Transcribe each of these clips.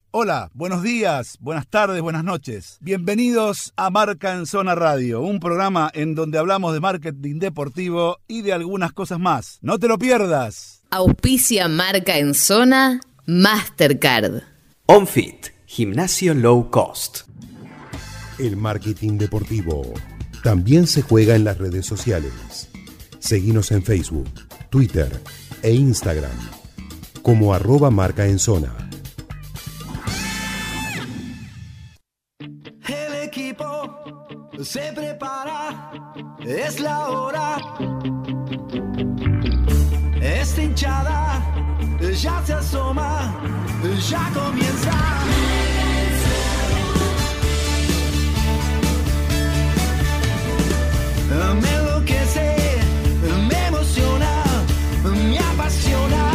Hola, buenos días, buenas tardes, buenas noches. Bienvenidos a Marca en Zona Radio, un programa en donde hablamos de marketing deportivo y de algunas cosas más. ¡No te lo pierdas! Auspicia Marca en Zona Mastercard. OnFit, gimnasio low cost. El marketing deportivo también se juega en las redes sociales. Seguinos en Facebook, Twitter e Instagram como @marcaenzona. El equipo se prepara, es la hora. Esta hinchada ya se asoma, ya comienza. Me enloquece, me emociona, me apasiona.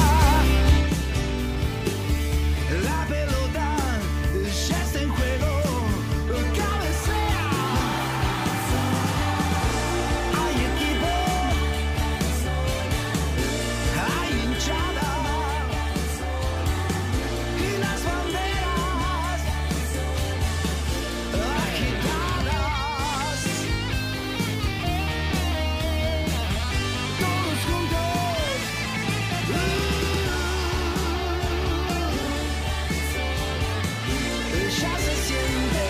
La pelota ya está en juego, cabecea. Hay equipo, hay hinchada y las banderas agitadas. Todos juntos. Ya se siente.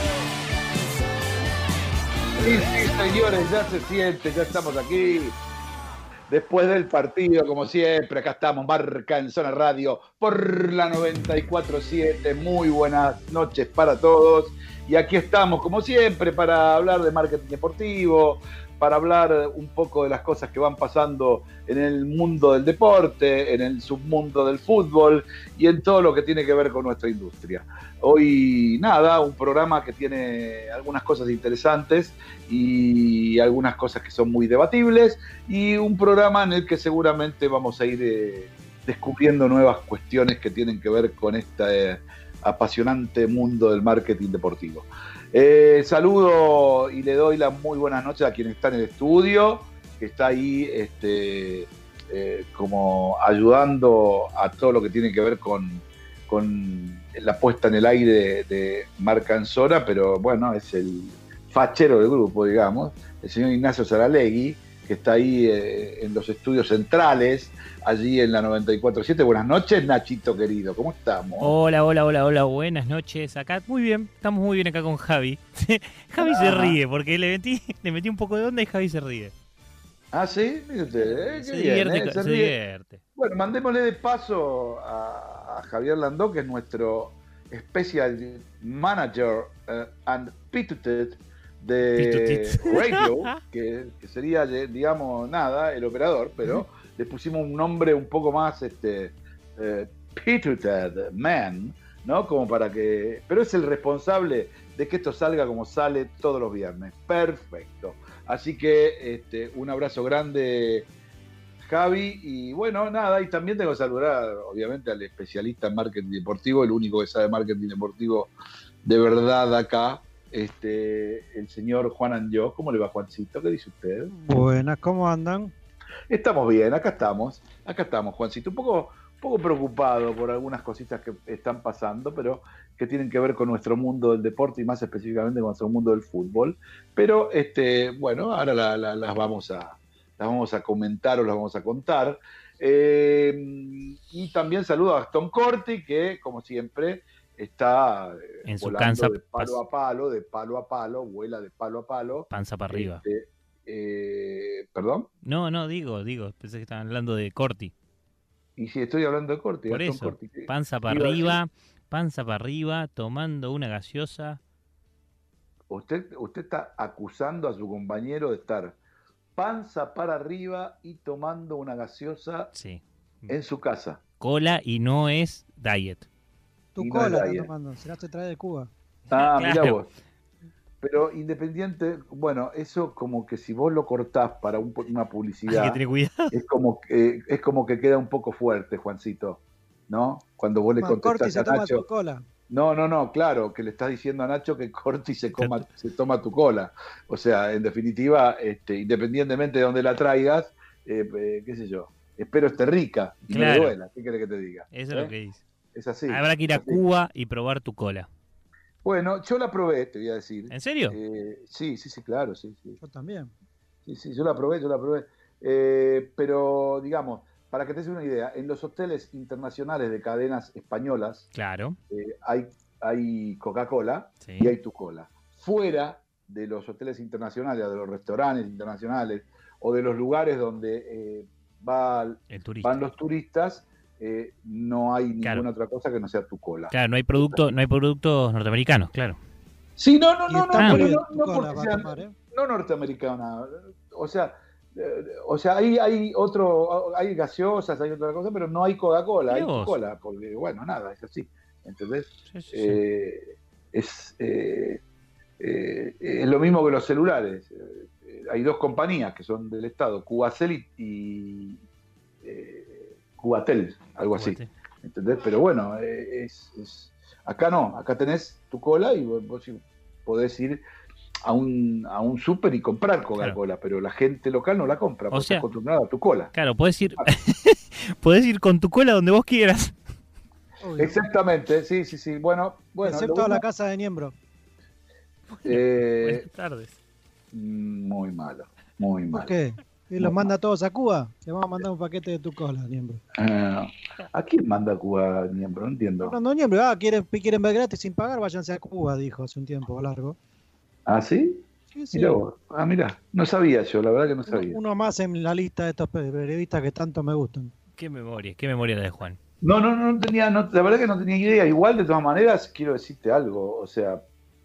Sí, señores, ya se siente, ya estamos aquí. Después del partido, como siempre, acá estamos, Marca en Zona Radio, por la 94.7. Muy buenas noches para todos. Y aquí estamos, como siempre, para hablar de marketing deportivo, para hablar un poco de las cosas que van pasando en el mundo del deporte, en el submundo del fútbol y en todo lo que tiene que ver con nuestra industria. Hoy, nada, un programa que tiene algunas cosas interesantes y algunas cosas que son muy debatibles, y un programa en el que seguramente vamos a ir descubriendo nuevas cuestiones que tienen que ver con este apasionante mundo del marketing deportivo. Saludo y le doy las muy buenas noches a quien está en el estudio, que está ahí como ayudando a todo lo que tiene que ver con la puesta en el aire de Marca en Zona, pero bueno, es el fachero del grupo, digamos, el señor Ignacio Saralegui, que está ahí en los estudios centrales, allí en la 94.7. Buenas noches, Nachito querido, ¿cómo estamos? Hola, buenas noches. Acá muy bien, estamos muy bien acá con Javi. Javi se ríe porque le metí un poco de onda y Javi se ríe. Ah, sí, mire usted, Se divierte. Bueno, mandémosle de paso a Javier Landó, que es nuestro Special Manager and Pituted de Radio, que sería, digamos, nada, el operador, pero le pusimos un nombre un poco más Pituted Man, ¿no? Como para que... Pero es el responsable de que esto salga como sale todos los viernes. Perfecto. Así que un abrazo grande, Javi, y bueno, nada, y también tengo que saludar, obviamente, al especialista en marketing deportivo, el único que sabe marketing deportivo de verdad acá, el señor Juan Anjó. ¿Cómo le va, Juancito? ¿Qué dice usted? Buenas, ¿cómo andan? Estamos bien, acá estamos, Juancito, un poco preocupado por algunas cositas que están pasando, pero que tienen que ver con nuestro mundo del deporte y más específicamente con nuestro mundo del fútbol. Pero bueno, ahora las vamos a comentar o las vamos a contar. Y también saludo a Gastón Corti, que como siempre está en su volando cansa, de palo a palo, vuela de palo a palo. Panza para arriba. ¿Perdón? No, digo, pensé que estaban hablando de Corti. Y si estoy hablando de Corti, por Gastón eso, Corti, panza para arriba, tomando una gaseosa. Usted está acusando a su compañero de estar panza para arriba y tomando una gaseosa en su casa. Cola y no es diet. Tu cola está tomando, será te trae de Cuba. Ah, claro. Mira vos. Pero independiente, bueno, eso como que si vos lo cortás para una publicidad, hay que tener cuidado. es como que queda un poco fuerte, Juancito, ¿no? Cuando vos le contestás Corti, a se toma Nacho. tu cola. No, claro, que le estás diciendo a Nacho que Corti se toma tu cola. O sea, en definitiva, independientemente de dónde la traigas, qué sé yo, espero esté rica y claro. me duela. ¿Qué querés que te diga? Eso es lo que dice. es así. Habrá que ir a es así. Cuba y probar tu cola. Bueno, yo la probé, te voy a decir. ¿En serio? Sí, claro, sí. Yo también. Sí, yo la probé. Pero, digamos, para que te des una idea, en los hoteles internacionales de cadenas españolas Claro. hay Coca-Cola Sí. y hay tu cola. Fuera de los hoteles internacionales, de los restaurantes internacionales o de los lugares donde El turista. van los turistas, no hay Claro. ninguna otra cosa que no sea tu cola. Claro, no hay productos norteamericanos, claro. Sí, no, Y está muy bien tu no cola porque para sean, tomar, ¿eh? no norteamericana. O sea, hay gaseosas, hay otra cosa, pero no hay Coca-Cola, Mirá hay vos. Coca-Cola, porque bueno, nada, es así, ¿entendés? Sí. Es lo mismo que los celulares. Hay dos compañías que son del Estado, Cubacel y Cubatel, algo así, ¿entendés? Pero bueno, acá no, acá tenés tu cola y vos podés ir a un súper y comprar Coca-Cola, pero la gente local no la compra, porque está acostumbrada a tu cola. Claro, podés ir con tu cola donde vos quieras. Obvio. Exactamente, sí. Bueno. Excepto a la casa de Niembro. Buenas tardes. Muy malo, muy malo. ¿Por qué? ¿Y los manda todos a Cuba? Te vamos a mandar un paquete de tu cola, Niembro. ¿A quién manda Cuba, Niembro? No entiendo. No, Niembro, quieren ver gratis sin pagar, váyanse a Cuba, dijo hace un tiempo largo. ¿Ah, sí? Sí. Mirá vos. Mirá, no sabía yo, la verdad que no sabía. Uno más en la lista de estos periodistas que tanto me gustan. Qué memoria la de Juan. No tenía, la verdad que no tenía idea. Igual, de todas maneras, quiero decirte algo. O sea,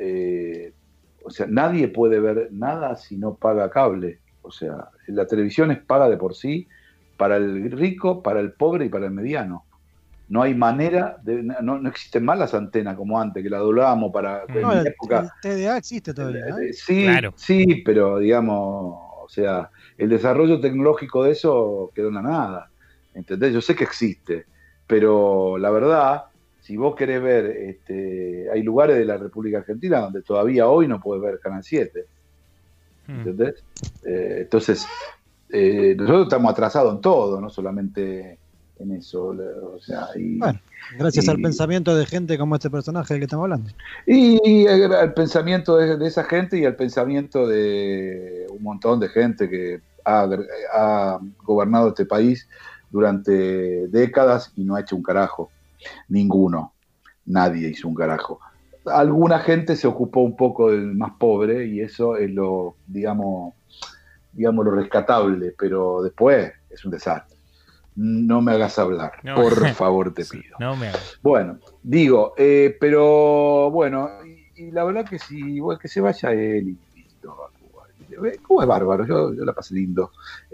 nadie puede ver nada si no paga cable. O sea, la televisión es paga de por sí para el rico, para el pobre y para el mediano. No hay manera, no existen más las antenas como antes, que las doblábamos para... No, en el época, TDA existe todavía, ¿eh? Sí, Claro. sí, pero digamos, o sea, el desarrollo tecnológico de eso quedó en la nada. ¿Entendés? Yo sé que existe, pero la verdad, si vos querés ver, hay lugares de la República Argentina donde todavía hoy no podés ver Canal 7. ¿Entendés? Entonces, nosotros estamos atrasados en todo, no solamente en eso. O sea, Bueno, gracias al pensamiento de gente como este personaje del que estamos hablando. Y al pensamiento de esa gente y al pensamiento de un montón de gente que ha gobernado este país durante décadas y no ha hecho un carajo. Ninguno. Nadie hizo un carajo. Alguna gente se ocupó un poco del más pobre y eso es lo, digamos, lo rescatable, pero después es un desastre. No me hagas hablar, No. por favor te pido. No me hagas. Bueno, digo, pero bueno, y la verdad que si que se vaya él y listo a Cuba. Cuba es bárbaro, yo la pasé lindo.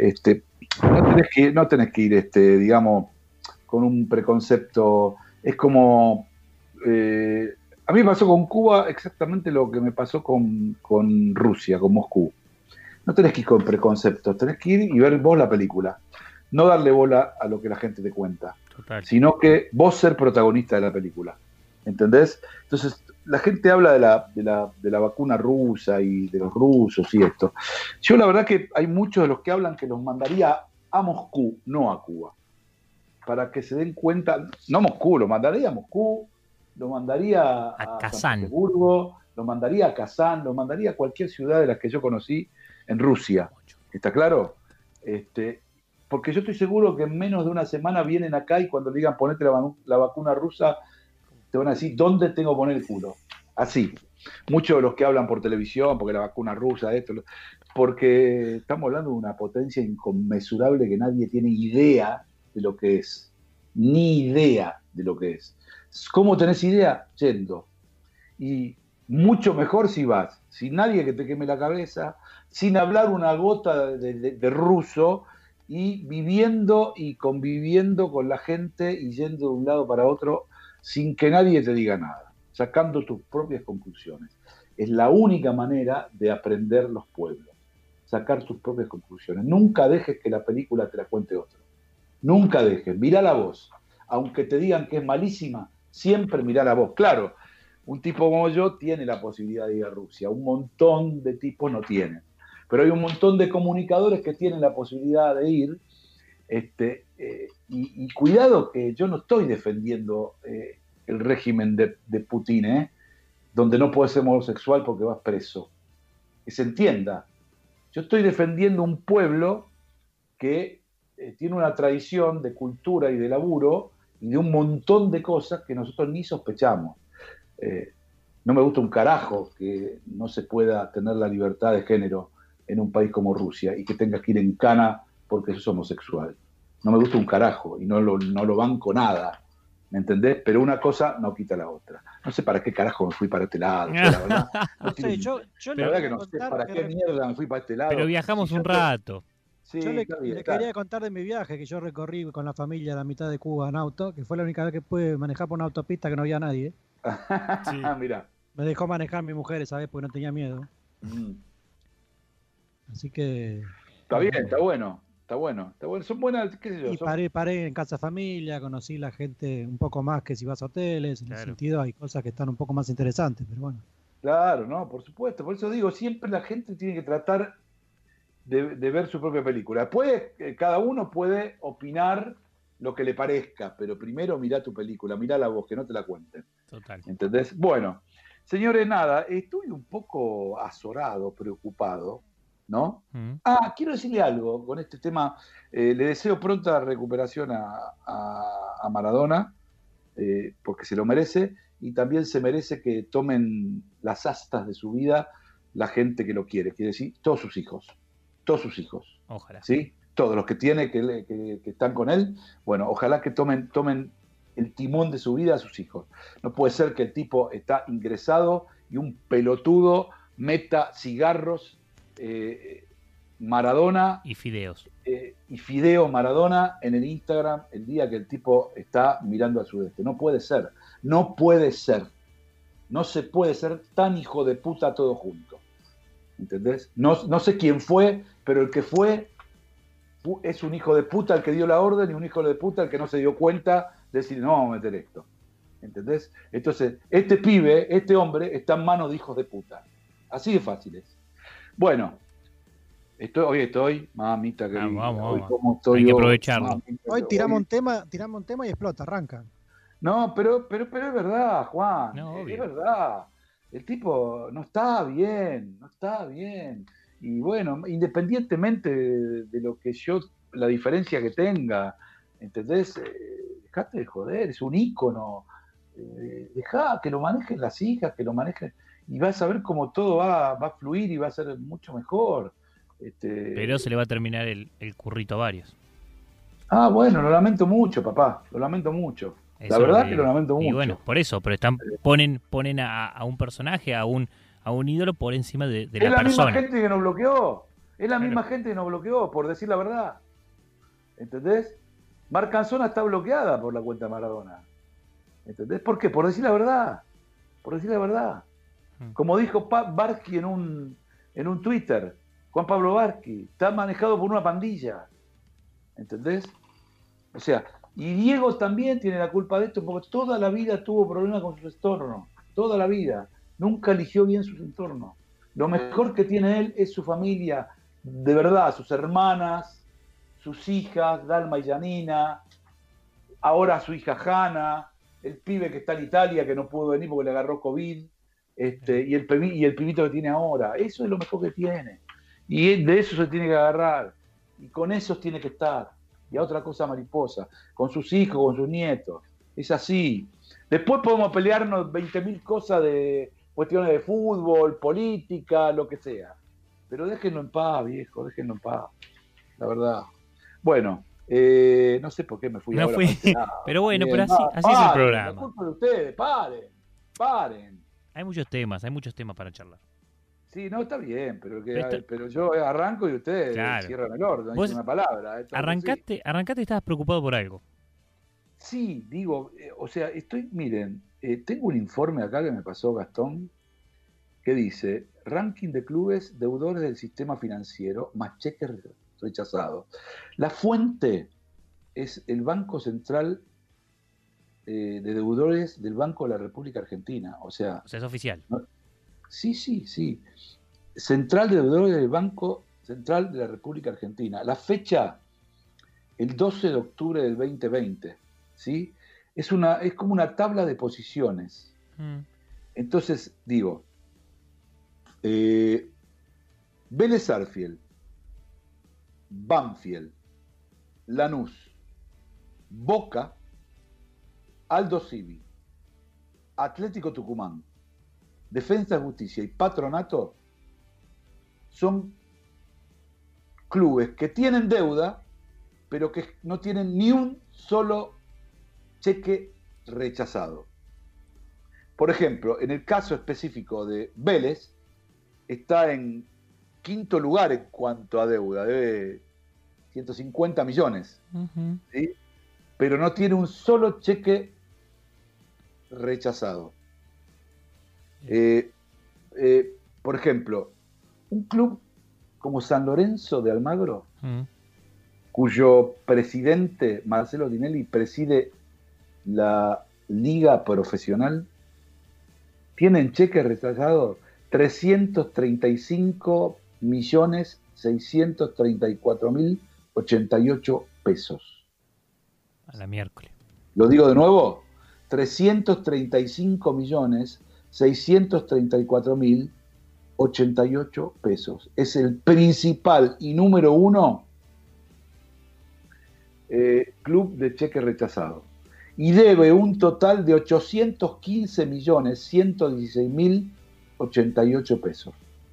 No tenés que ir, digamos, con un preconcepto. Es como a mí me pasó con Cuba exactamente lo que me pasó con Rusia, con Moscú. No tenés que ir con preconceptos, tenés que ir y ver vos la película. No darle bola a lo que la gente te cuenta, Total. sino que vos ser protagonista de la película. ¿Entendés? Entonces, la gente habla de la vacuna rusa y de los rusos y esto. Yo la verdad que hay muchos de los que hablan que los mandaría a Moscú, no a Cuba. Para que se den cuenta, no Moscú, lo mandaría a Moscú, lo mandaría a Kazán. San Petersburgo, lo mandaría a Kazán, lo mandaría a cualquier ciudad de las que yo conocí en Rusia. ¿Está claro? Porque yo estoy seguro que en menos de una semana vienen acá y cuando le digan ponete la vacuna rusa, te van a decir dónde tengo que poner el culo. Así. Muchos de los que hablan por televisión, porque la vacuna rusa, porque estamos hablando de una potencia inconmensurable que nadie tiene idea de lo que es. Ni idea de lo que es. ¿Cómo tenés idea? Yendo. Y mucho mejor si vas, sin nadie que te queme la cabeza, sin hablar una gota de ruso, y viviendo y conviviendo con la gente y yendo de un lado para otro sin que nadie te diga nada, sacando tus propias conclusiones. Es la única manera de aprender los pueblos, sacar tus propias conclusiones. Nunca dejes que la película te la cuente otro. Nunca dejes, mirá la voz. Aunque te digan que es malísima, siempre mirá la voz. Claro, un tipo como yo tiene la posibilidad de ir a Rusia, un montón de tipos no tienen. Pero hay un montón de comunicadores que tienen la posibilidad de ir Y cuidado que yo no estoy defendiendo el régimen de Putin, donde no puedes ser homosexual porque vas preso. Que se entienda. Yo estoy defendiendo un pueblo que tiene una tradición de cultura y de laburo y de un montón de cosas que nosotros ni sospechamos. No me gusta un carajo que no se pueda tener la libertad de género en un país como Rusia y que tengas que ir en cana porque sos homosexual. No me gusta un carajo y no lo banco nada, ¿me entendés? Pero una cosa no quita la otra. No sé para qué carajo me fui para este lado, la verdad. No sé, yo La le verdad quería que no sé contar para que qué mierda me fui para este lado. Pero viajamos un rato. Sí, yo le está bien, está. quería contar de mi viaje que yo recorrí con la familia la mitad de Cuba en auto, que fue la única vez que pude manejar por una autopista que no había nadie. Sí. Mirá. Me dejó manejar mi mujer esa vez porque no tenía miedo. Mm. Así que... Está bien, está bueno. Está bueno. Son buenas, qué sé yo. Y paré en casa de familia, conocí la gente un poco más que si vas a hoteles, en Claro. el sentido hay cosas que están un poco más interesantes, pero bueno. Claro, no, por supuesto. Por eso digo, siempre la gente tiene que tratar de ver su propia película. Después, cada uno puede opinar lo que le parezca, pero primero mirá tu película, mirá la voz, que no te la cuenten. Total. ¿Entendés? Bueno, señores, nada, estoy un poco azorado, preocupado, ¿no? Quiero decirle algo con este tema. Le deseo pronta recuperación a Maradona, porque se lo merece, y también se merece que tomen las astas de su vida la gente que lo quiere, quiere decir, todos sus hijos, Ojalá. ¿sí? Todos los que tiene, que están con él, bueno, ojalá que tomen el timón de su vida a sus hijos. No puede ser que el tipo está ingresado y un pelotudo meta cigarros, Maradona Y fideos. y Fideo Maradona en el Instagram el día que el tipo está mirando al sudeste. No puede ser. No se puede ser tan hijo de puta todo junto. ¿Entendés? No sé quién fue, pero el que fue es un hijo de puta el que dio la orden y un hijo de puta el que no se dio cuenta de decir, no vamos a meter esto. ¿Entendés? Entonces, este hombre está en manos de hijos de puta. Así de fácil es. Bueno, hoy estoy, mamita querida. Vamos. Hoy cómo estoy Hay que yo, aprovecharlo. mamita, Hoy tiramos un tema y explota, arranca. No, pero es verdad, Juan. No, es obvio. verdad. El tipo no está bien. Y bueno, independientemente de lo que la diferencia que tenga, ¿entendés? Dejate de joder, es un ícono. Dejá que lo manejen las hijas, que lo manejen. Y vas a ver cómo todo va a fluir y va a ser mucho mejor. Pero se le va a terminar el currito a varios. Bueno, lo lamento mucho, papá. Lo lamento mucho. La Eso verdad lo que lo lamento mucho. Y bueno, por eso, pero ponen a un personaje, a un ídolo por encima de Es la la persona. misma gente que nos bloqueó. Es la Claro. misma gente que nos bloqueó, por decir la verdad. ¿Entendés? Marcanzona está bloqueada por la cuenta de Maradona. ¿Entendés? ¿Por qué? Por decir la verdad. Por decir la verdad. Como dijo Barsky en un Twitter, Juan Pablo Barsky, está manejado por una pandilla. ¿Entendés? O sea, y Diego también tiene la culpa de esto, porque toda la vida tuvo problemas con su entorno. Toda la vida. Nunca eligió bien su entorno. Lo mejor que tiene él es su familia, de verdad, sus hermanas, sus hijas, Dalma y Janina, ahora su hija Hanna, el pibe que está en Italia que no pudo venir porque le agarró COVID, y el pibito que tiene ahora. Eso es lo mejor que tiene. Y de eso se tiene que agarrar. Y con esos tiene que estar. Y a otra cosa mariposa. Con sus hijos, con sus nietos. Es así. Después podemos pelearnos 20.000 cosas de cuestiones de fútbol, política, lo que sea. Pero déjenlo en paz, viejo. Déjenlo en paz. La verdad. Bueno, no sé por qué me fui No ahora fui, para este lado. pero bueno, Bien, pero así es el paren, programa. La culpa de ustedes, paren. Hay muchos temas para charlar. Sí, no, está bien, Pero pero yo arranco y ustedes Claro. cierran el orden, Vos dicen una palabra. Esto, Arrancaste y estabas preocupado por algo. Sí, digo, o sea, miren, tengo un informe acá que me pasó Gastón, que dice, ranking de clubes deudores del sistema financiero, más cheques rechazados. La fuente es el Banco Central de Deudores del Banco de la República Argentina, o sea, Es oficial. Sí. Central de Deudores del Banco Central de la República Argentina. La fecha el 12 de octubre del 2020, ¿sí? Es como una tabla de posiciones. Entonces, digo, Vélez Sarsfield, Banfield, Lanús, Boca, Aldo Civi, Atlético Tucumán, Defensa y Justicia y Patronato son clubes que tienen deuda, pero que no tienen ni un solo cheque rechazado. Por ejemplo, en el caso específico de Vélez, está en quinto lugar en cuanto a deuda, debe 150 millones, ¿sí? Pero no tiene un solo cheque rechazado. Por ejemplo, un club como San Lorenzo de Almagro, cuyo presidente, Marcelo Tinelli, preside la liga profesional, tiene en cheque rechazado 335.634.088 pesos. A la miércoles. Lo digo de nuevo, 335.634.088 pesos. Es el principal y número uno club de cheque rechazado. Y debe un total de 815.116.088 pesos.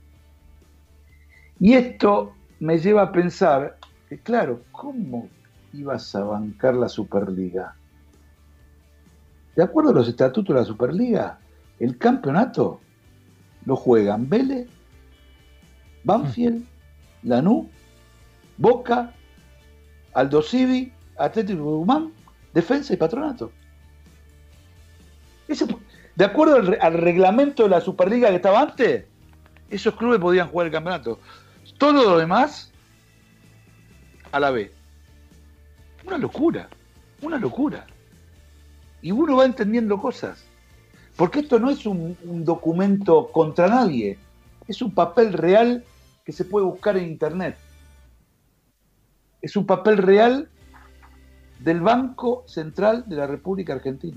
Y esto me lleva a pensar que, claro, ¿cómo ibas a bancar la Superliga? De acuerdo a los estatutos de la Superliga, el campeonato lo juegan Vélez, Banfield, Lanús, Boca, Aldo Civi, Atlético Tucumán, Defensa y Patronato. De acuerdo al reglamento de la Superliga que estaba antes, esos clubes podían jugar el campeonato. Todo lo demás a la B. Una locura, una locura. Y uno va entendiendo cosas. Porque esto no es un documento contra nadie. Es un papel real que se puede buscar en internet. Es un papel real del Banco Central de la República Argentina.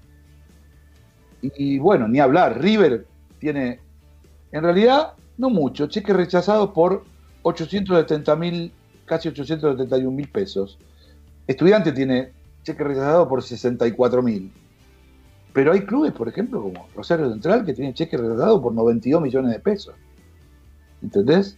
Y bueno, ni hablar, River tiene, en realidad, no mucho, cheque rechazado por 870.000, casi 871.000 pesos. Estudiante tiene cheque rechazado por 64.000. Pero hay clubes, por ejemplo, como Rosario Central, que tiene cheque rechazado por 92 millones de pesos. ¿Entendés?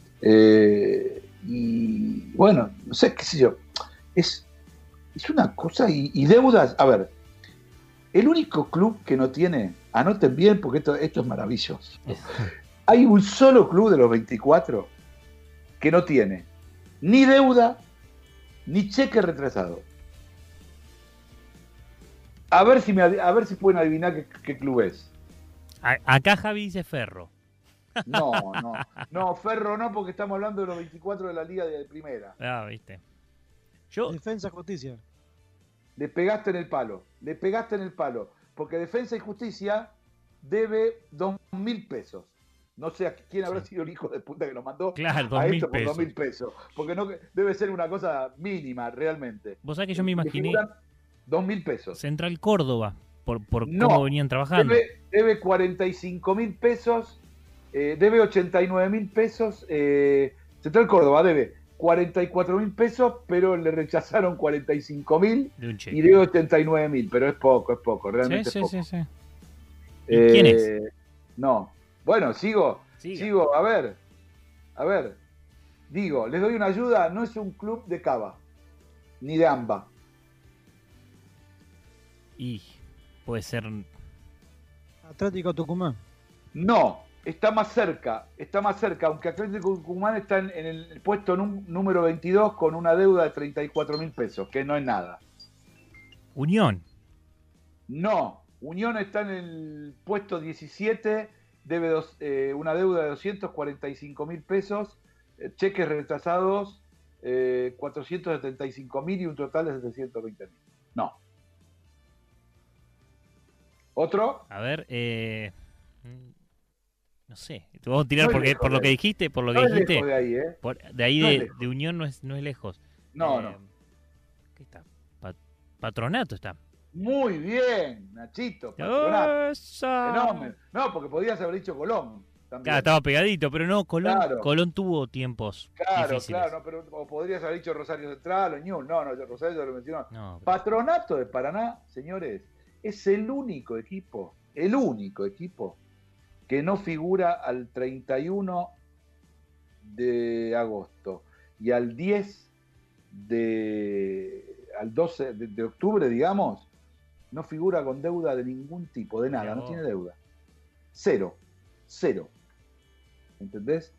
Y bueno, no sé, qué sé yo. Es una cosa y deudas. A ver, el único club que no tiene, anoten bien porque esto es maravilloso. Hay un solo club de los 24 que no tiene ni deuda ni cheque retrasado. A ver si pueden adivinar qué club es. Acá Javi dice Ferro. No, Ferro no, porque estamos hablando de los 24 de la Liga de Primera. Ah, viste. Defensa, Justicia. Le pegaste en el palo, porque Defensa y Justicia debe 2.000 pesos. No sé a quién habrá sido el hijo de puta que lo mandó claro, a esto por pesos. 2.000 pesos, porque no debe ser una cosa mínima realmente. Vos sabés que yo me imaginé 2.000 pesos. Central Córdoba, por cómo venían trabajando. Debe 45.000 pesos, debe 89.000 pesos. Central Córdoba debe 44.000 pesos, pero le rechazaron 45.000 y debe 89.000, pero es poco, realmente es poco. Sí. ¿Y quién es? No. Bueno, sigo. A ver. Digo, les doy una ayuda, no es un club de Cava, ni de AMBA. Y puede ser Atlético Tucumán. No, está más cerca, aunque Atlético Tucumán está en el puesto número 22 con una deuda de 34.000 pesos, que no es nada. Unión. No, Unión está en el puesto 17, debe una deuda de 245.000 pesos, cheques retrasados 475.000 y un total de 720.000. No. ¿Otro? A ver, no sé. Te vamos a tirar No es por lo que dijiste, No es lejos de ahí, de ahí No es de lejos. Unión no es lejos. No. ¿Qué está? Patronato está. Muy bien, Nachito. Patronato. ¡Esa! Fenómeno. No, porque podías haber dicho Colón también. Claro, estaba pegadito, pero no, Claro. Colón tuvo tiempos Claro, difíciles. claro, no, pero o podrías haber dicho Rosario Central o Ñul. No, Rosario ya lo mencionó. No, pero- Patronato de Paraná, señores, es el único equipo que no figura al 31 de agosto y al 10 al 12 de octubre, digamos, no figura con deuda de ningún tipo, de nada, Mirá no vos. tiene deuda. Cero. ¿Entendés?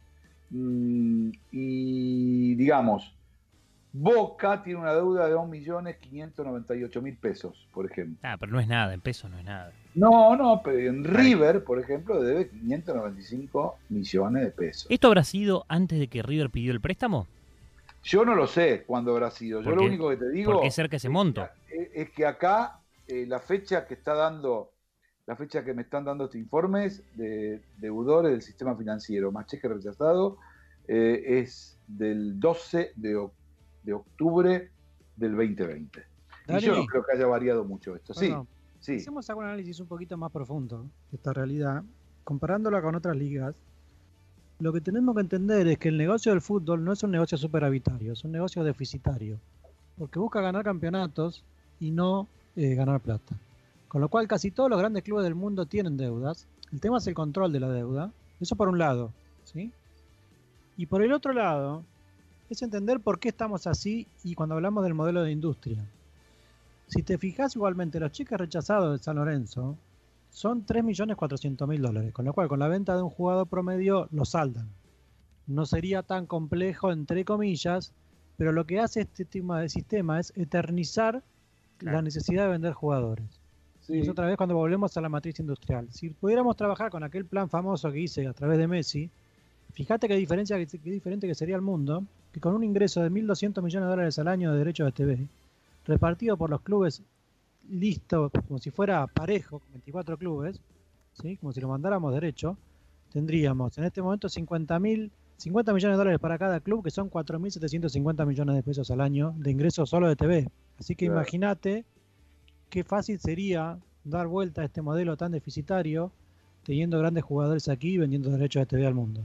Y digamos, Boca tiene una deuda de 2.598.000 pesos, por ejemplo. Ah, pero no es nada, en pesos no es nada. No, pero en River, por ejemplo, debe 595 millones de pesos. ¿Esto habrá sido antes de que River pidió el préstamo? Yo no lo sé cuándo habrá sido. Yo ¿Por lo qué? único que te digo ¿Por qué cerca ese monto? es que acá la fecha que me están dando este informe es de deudores del sistema financiero más cheque rechazado, es del 12 de octubre del 2020. Dani. Y yo no creo que haya variado mucho esto. Sí, Bueno, sí. Hacemos algún análisis un poquito más profundo de esta realidad, comparándola con otras ligas. Lo que tenemos que entender es que el negocio del fútbol no es un negocio superavitario, es un negocio deficitario, porque busca ganar campeonatos y no ganar plata. Con lo cual casi todos los grandes clubes del mundo tienen deudas. El tema es el control de la deuda. Eso por un lado, ¿sí? Y por el otro lado, es entender por qué estamos así y cuando hablamos del modelo de industria. Si te fijas igualmente, los cheques rechazados de San Lorenzo son $3.400.000, con lo cual con la venta de un jugador promedio lo saldan. No sería tan complejo, entre comillas, pero lo que hace este tema de sistema es eternizar la necesidad de vender jugadores. Sí. Y es otra vez cuando volvemos a la matriz industrial. Si pudiéramos trabajar con aquel plan famoso que hice a través de Messi, fíjate qué diferente que sería el mundo, que con un ingreso de $1.200 millones al año de derechos de TV, repartido por los clubes listo, como si fuera parejo, con 24 clubes, ¿sí? Como si lo mandáramos derecho, tendríamos en este momento 50 millones de dólares para cada club, que son 4.750 millones de pesos al año de ingresos solo de TV. Así que Claro. imagínate qué fácil sería dar vuelta a este modelo tan deficitario, teniendo grandes jugadores aquí y vendiendo derechos de TV al mundo.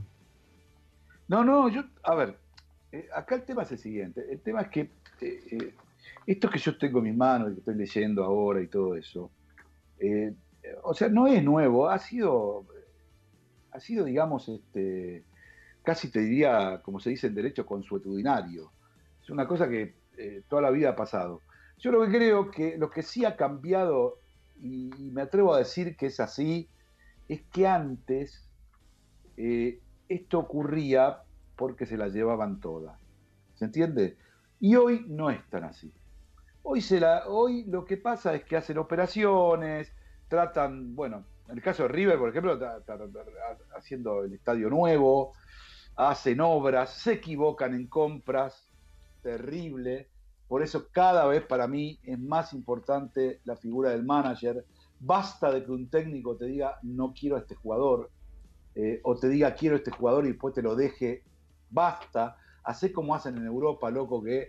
A ver, acá el tema es el siguiente. El tema es que esto que yo tengo en mis manos y que estoy leyendo ahora y todo eso, o sea, no es nuevo, ha sido digamos, casi te diría, como se dice en derecho, consuetudinario. Es una cosa que toda la vida ha pasado. Yo lo que creo que lo que sí ha cambiado, y me atrevo a decir que es así, es que antes esto ocurría porque se la llevaban todas. ¿Se entiende? Y hoy no es tan así. Hoy lo que pasa es que hacen operaciones, tratan, bueno, en el caso de River, por ejemplo, haciendo el estadio nuevo, hacen obras, se equivocan en compras, terrible. Por eso cada vez para mí es más importante la figura del manager. Basta de que un técnico te diga no quiero a este jugador, o te diga quiero a este jugador y después te lo deje. Basta. Hacé como hacen en Europa, loco, que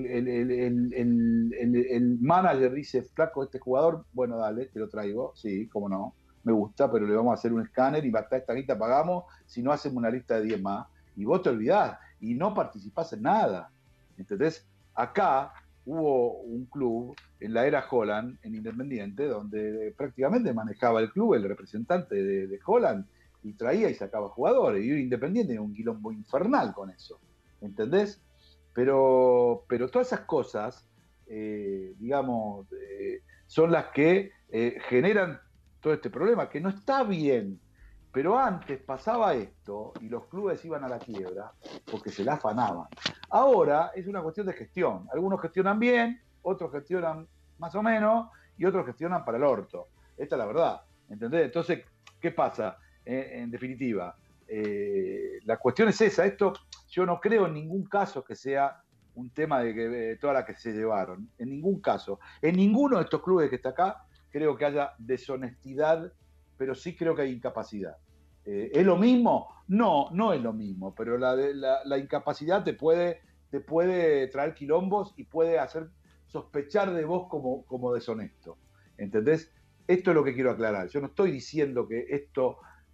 el manager dice, flaco, este jugador, bueno, dale, te lo traigo, sí, cómo no, me gusta, pero le vamos a hacer un escáner y hasta esta guita pagamos, si no hacemos una lista de 10 más, y vos te olvidás, y no participás en nada, ¿entendés? Acá hubo un club en la era Holland, en Independiente, donde prácticamente manejaba el club el representante de Holland, y traía y sacaba jugadores, y Independiente era un quilombo infernal con eso, ¿entendés? Pero todas esas cosas, digamos, son las que generan todo este problema, que no está bien. Pero antes pasaba esto y los clubes iban a la quiebra porque se la afanaban. Ahora es una cuestión de gestión. Algunos gestionan bien, otros gestionan más o menos y otros gestionan para el orto. Esta es la verdad, ¿entendés? Entonces, ¿qué pasa? En definitiva, la cuestión es esa. Esto yo no creo en ningún caso que sea un tema de que todas las que se llevaron. En ningún caso. En ninguno de estos clubes que está acá creo que haya deshonestidad, pero sí creo que hay incapacidad. ¿Es lo mismo? No, no es lo mismo, pero la incapacidad te puede traer quilombos y puede hacer sospechar de vos como deshonesto. ¿Entendés? Esto es lo que quiero aclarar. Yo no estoy diciendo que esto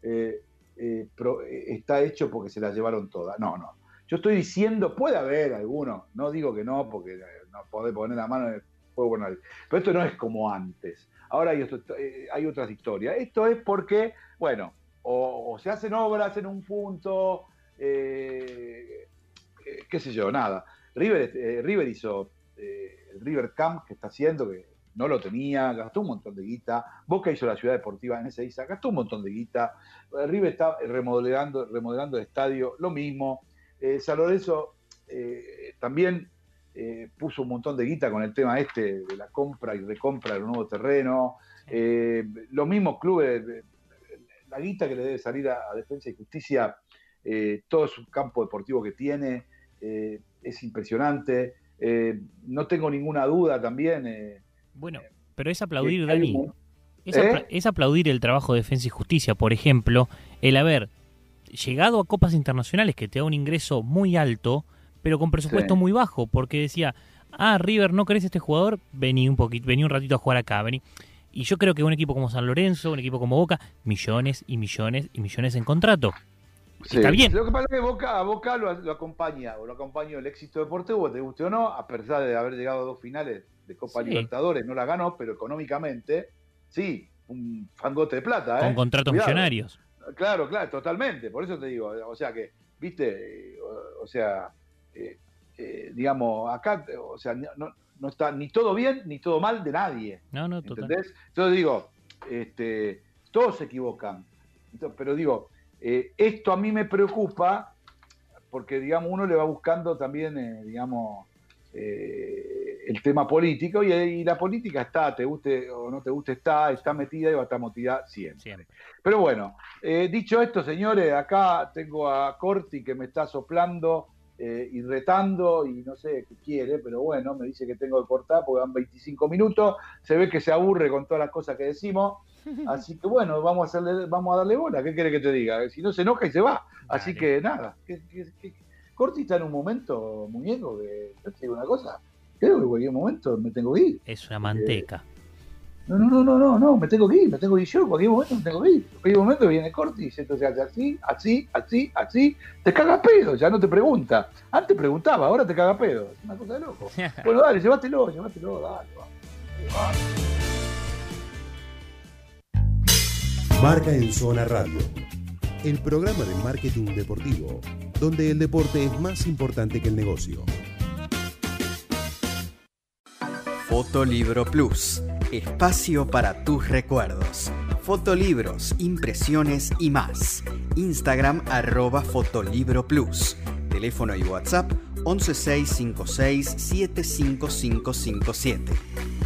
está hecho porque se la llevaron todas. No. Yo estoy diciendo, puede haber algunos, no digo que no, porque no podés poner la mano en el fuego por nadie. Pero esto no es como antes. Ahora hay otras historias. Esto es porque, bueno, o se hacen obras en un punto, qué sé yo, nada. River hizo el River Camp que está haciendo, que no lo tenía, gastó un montón de guita. Boca hizo la Ciudad Deportiva en Ezeiza, gastó un montón de guita. River está remodelando el estadio, lo mismo. San Lorenzo también puso un montón de guita con el tema de la compra y recompra de los nuevos terrenos. Los mismos clubes, la guita que le debe salir a Defensa y Justicia, todo su campo deportivo que tiene, es impresionante. No tengo ninguna duda también. Bueno, pero es aplaudir, Dani. Es aplaudir el trabajo de Defensa y Justicia. Por ejemplo, el haber llegado a copas internacionales que te da un ingreso muy alto, pero con presupuesto muy bajo, porque decía, River, ¿no querés este jugador? Vení un ratito a jugar acá, vení. Y yo creo que un equipo como San Lorenzo, un equipo como Boca, millones y millones y millones en contrato. Sí. Está bien. Lo que pasa es que a Boca lo acompaña el éxito deportivo, te guste o no, a pesar de haber llegado a 2 finales de Copa Libertadores, no la ganó, pero económicamente, sí, un fangote de plata. Con contratos millonarios. Claro, totalmente, por eso te digo, o sea que, viste, digamos, acá, o sea, no está ni todo bien ni todo mal de nadie. No, ¿entendés? Entonces digo, todos se equivocan, pero digo, esto a mí me preocupa porque, digamos, uno le va buscando también, digamos, el tema político y la política está, te guste o no te guste, está metida y va a estar metida siempre. Pero bueno, dicho esto, señores, acá tengo a Corti que me está soplando y retando y no sé qué quiere, pero bueno, me dice que tengo que cortar porque van 25 minutos, se ve que se aburre con todas las cosas que decimos, así que bueno, vamos a darle bola, ¿qué quiere que te diga? Si no se enoja y se va, así que nada, Corti está en un momento, muñeco, que yo te digo una cosa, creo que en cualquier momento me tengo que ir. Es una manteca. No, me tengo que ir yo, en cualquier momento me tengo que ir. En cualquier momento viene Corti y dice, esto se hace así, te caga pedo, ya no te pregunta. Antes preguntaba, ahora te caga pedo, es una cosa de loco. Bueno, dale, llévatelo, dale, va. Marca en Zona Radio, el programa de marketing deportivo, donde el deporte es más importante que el negocio. Fotolibro Plus, espacio para tus recuerdos. Fotolibros, impresiones y más. Instagram @Fotolibro Plus. Teléfono y WhatsApp 11656 75557.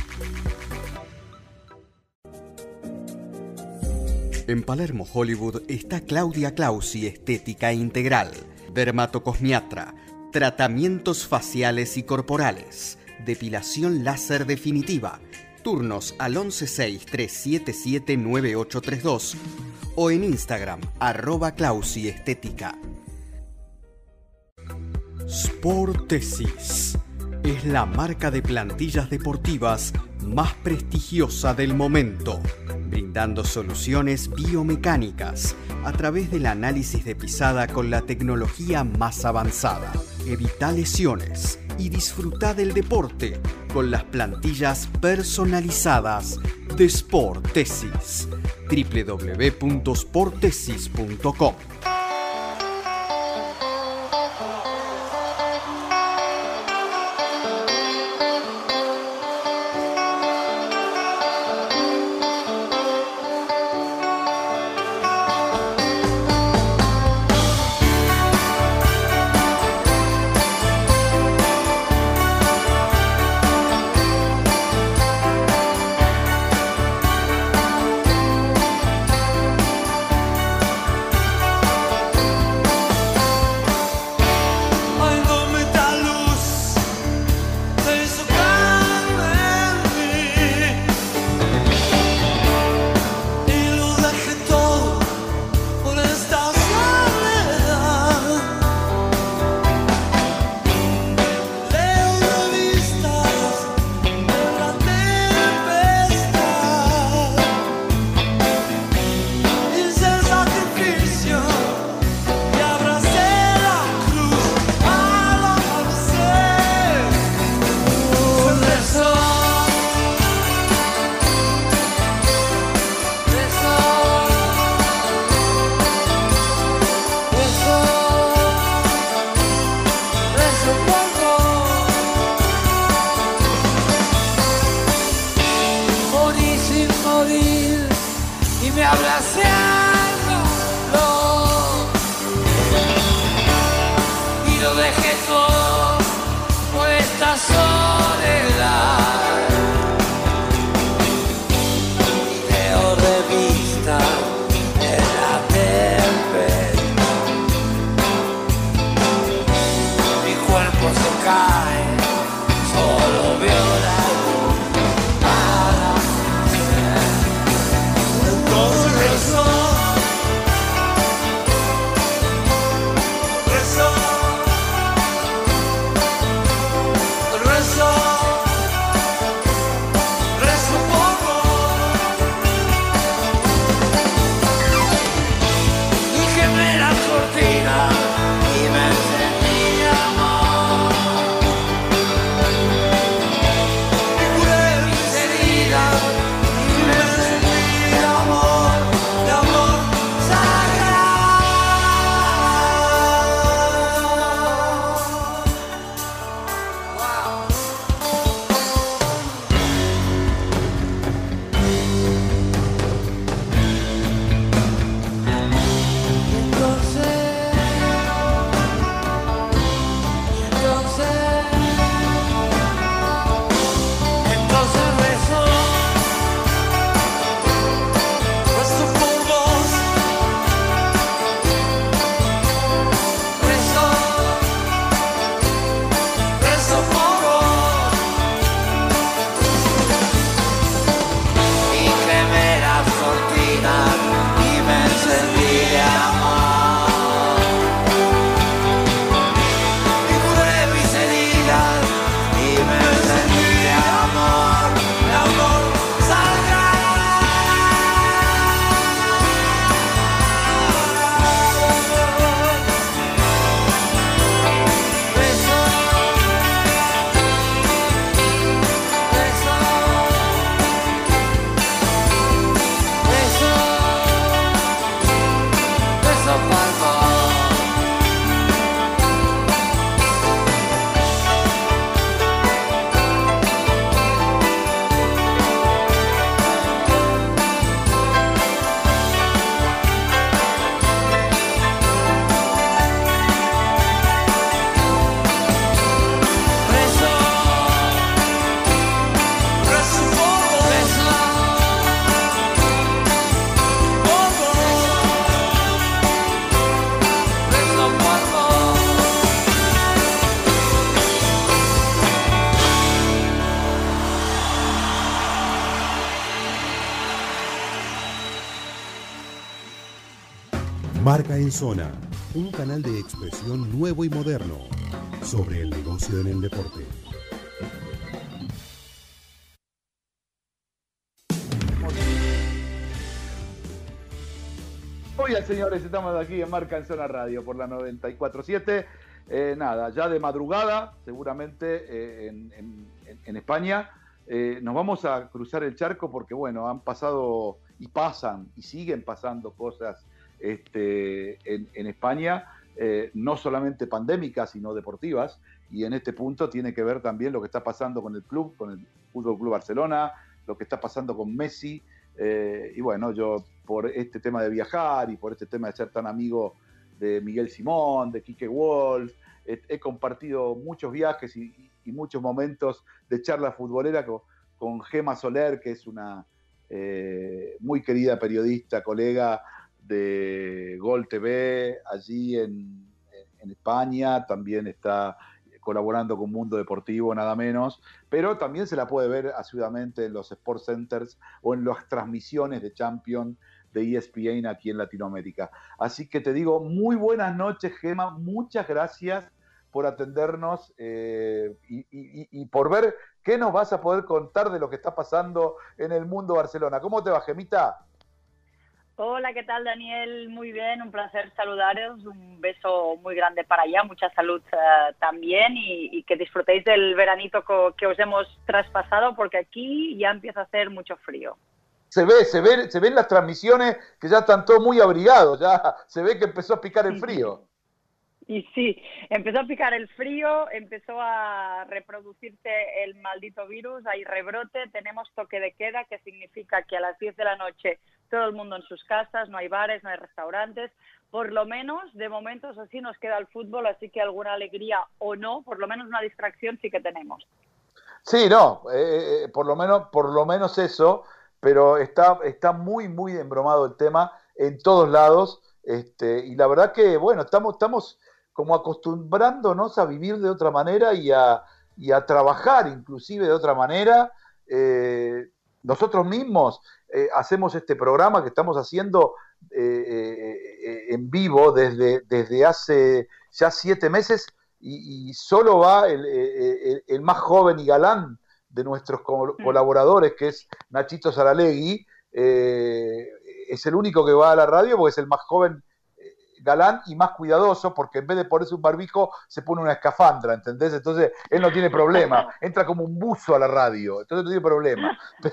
En Palermo, Hollywood, está Claudia Clausi Estética Integral. Dermatocosmiatra, tratamientos faciales y corporales, depilación láser definitiva. Turnos al 116-377-9832 o en Instagram @Clausi Estética. Sportesis es la marca de plantillas deportivas más prestigiosa del momento, brindando soluciones biomecánicas a través del análisis de pisada con la tecnología más avanzada. Evita lesiones y disfruta del deporte con las plantillas personalizadas de Sportesis. www.sportesis.com. Marca en Zona, un canal de expresión nuevo y moderno sobre el negocio en el deporte. Muy bien, señores, estamos aquí en Marca en Zona Radio por la 94.7. Nada, ya de madrugada, seguramente en España. Nos vamos a cruzar el charco porque, bueno, han pasado y pasan y siguen pasando cosas en España, no solamente pandémicas, sino deportivas. Y en este punto tiene que ver también lo que está pasando con el club, con el Fútbol Club Barcelona, lo que está pasando con Messi. Y bueno, yo por este tema de viajar y por este tema de ser tan amigo de Miguel Simón, de Quique Wolf, he compartido muchos viajes y muchos momentos de charla futbolera con Gema Soler, que es una muy querida periodista, colega de Gol TV, allí en España. También está colaborando con Mundo Deportivo, nada menos, pero también se la puede ver asiduamente en los Sport Centers o en las transmisiones de Champions de ESPN aquí en Latinoamérica. Así que te digo, muy buenas noches, Gema, muchas gracias por atendernos y por ver qué nos vas a poder contar de lo que está pasando en el mundo Barcelona. ¿Cómo te va, Gemita? Hola, ¿qué tal, Daniel? Muy bien, un placer saludaros, un beso muy grande para allá, mucha salud también y que disfrutéis del veranito que os hemos traspasado, porque aquí ya empieza a hacer mucho frío. Se ven las transmisiones que ya están todos muy abrigados, ya se ve que empezó a picar el frío. Y sí, empezó a picar el frío, empezó a reproducirse el maldito virus, hay rebrote, tenemos toque de queda, que significa que a las 10 de la noche todo el mundo en sus casas, no hay bares, no hay restaurantes. Por lo menos, de momento, eso sí, nos queda el fútbol, así que alguna alegría o no, por lo menos una distracción sí que tenemos. Sí, no, por lo menos eso, pero está muy, muy embromado el tema en todos lados, y la verdad que, bueno, estamos como acostumbrándonos a vivir de otra manera y a trabajar inclusive de otra manera. Nosotros mismos hacemos este programa que estamos haciendo en vivo desde hace ya 7 meses y solo va el más joven y galán de nuestros colaboradores, que es Nachito Saralegui. Es el único que va a la radio porque es el más joven, galán y más cuidadoso, porque en vez de ponerse un barbijo se pone una escafandra, ¿entendés? Entonces él no tiene problema, entra como un buzo a la radio, entonces no tiene problema.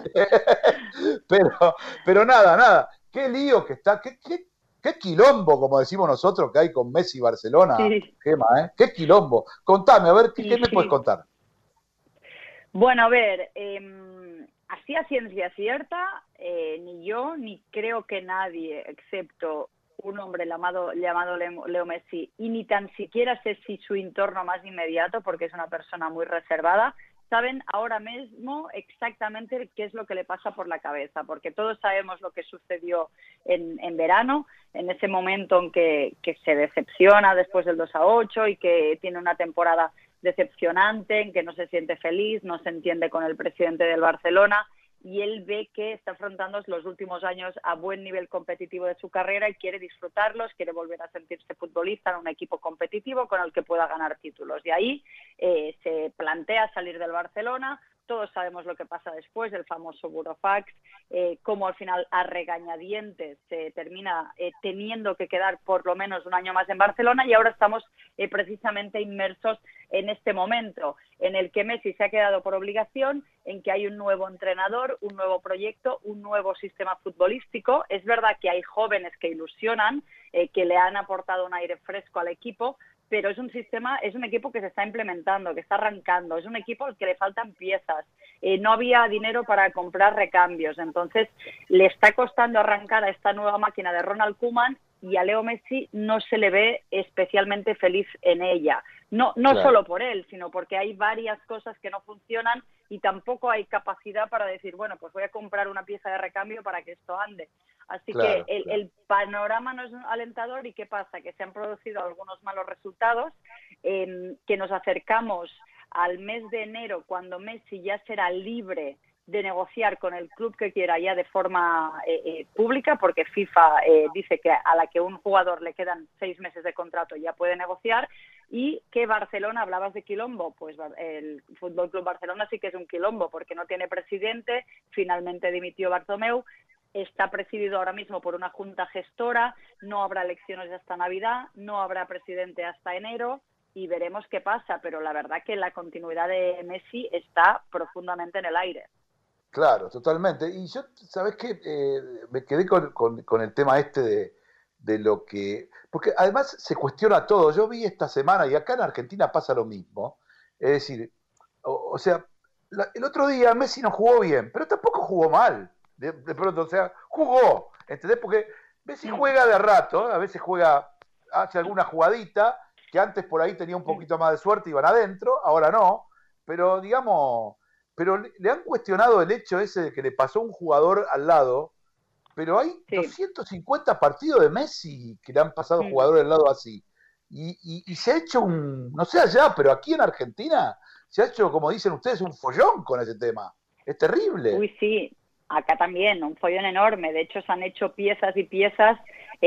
Pero nada, qué lío que está, qué quilombo, como decimos nosotros, que hay con Messi y Barcelona, sí. Gema, qué quilombo. Contame, a ver, ¿qué me puedes contar? Bueno, a ver, así a ciencia cierta, ni yo, ni creo que nadie, excepto un hombre llamado Leo Messi, y ni tan siquiera sé si su entorno más inmediato, porque es una persona muy reservada, saben ahora mismo exactamente qué es lo que le pasa por la cabeza, porque todos sabemos lo que sucedió en verano, en ese momento en que se decepciona después del 2-8 y que tiene una temporada decepcionante, en que no se siente feliz, no se entiende con el presidente del Barcelona, y él ve que está afrontando los últimos años a buen nivel competitivo de su carrera y quiere disfrutarlos, quiere volver a sentirse futbolista en un equipo competitivo con el que pueda ganar títulos. Y ahí se plantea salir del Barcelona. Todos sabemos lo que pasa después, el famoso burofax, cómo al final a regañadientes se termina teniendo que quedar por lo menos un año más en Barcelona, y ahora estamos precisamente inmersos en este momento en el que Messi se ha quedado por obligación, en que hay un nuevo entrenador, un nuevo proyecto, un nuevo sistema futbolístico. Es verdad que hay jóvenes que ilusionan, que le han aportado un aire fresco al equipo, pero es un sistema, es un equipo que se está implementando, que está arrancando, es un equipo al que le faltan piezas, no había dinero para comprar recambios, entonces le está costando arrancar a esta nueva máquina de Ronald Koeman, y a Leo Messi no se le ve especialmente feliz en ella. No claro. Solo por él, sino porque hay varias cosas que no funcionan y tampoco hay capacidad para decir, bueno, pues voy a comprar una pieza de recambio para que esto ande. Así claro, que el panorama no es alentador. ¿Y qué pasa? Que se han producido algunos malos resultados, que nos acercamos al mes de enero, cuando Messi ya será libre de negociar con el club que quiera ya de forma pública, porque FIFA dice que a la que un jugador le quedan 6 meses de contrato ya puede negociar, y que Barcelona, hablabas de quilombo, pues el Fútbol Club Barcelona sí que es un quilombo porque no tiene presidente, finalmente dimitió Bartomeu, está presidido ahora mismo por una junta gestora, no habrá elecciones hasta Navidad, no habrá presidente hasta enero, y veremos qué pasa, pero la verdad que la continuidad de Messi está profundamente en el aire. Claro, totalmente. Y yo, ¿sabés qué? Me quedé con el tema este de lo que... Porque además se cuestiona todo. Yo vi esta semana, y acá en Argentina pasa lo mismo, es decir, o sea, el otro día Messi no jugó bien, pero tampoco jugó mal, de pronto, o sea, jugó, ¿entendés? Porque Messi juega de a rato, a veces hace alguna jugadita, que antes por ahí tenía un poquito más de suerte, iban adentro, ahora no, pero digamos... Pero le han cuestionado el hecho ese de que le pasó un jugador al lado, pero hay 250 partidos de Messi que le han pasado jugadores al lado así. Y se ha hecho no sé allá, pero aquí en Argentina se ha hecho, como dicen ustedes, un follón con ese tema. Es terrible. Uy, sí, acá también, un follón enorme. De hecho, se han hecho piezas y piezas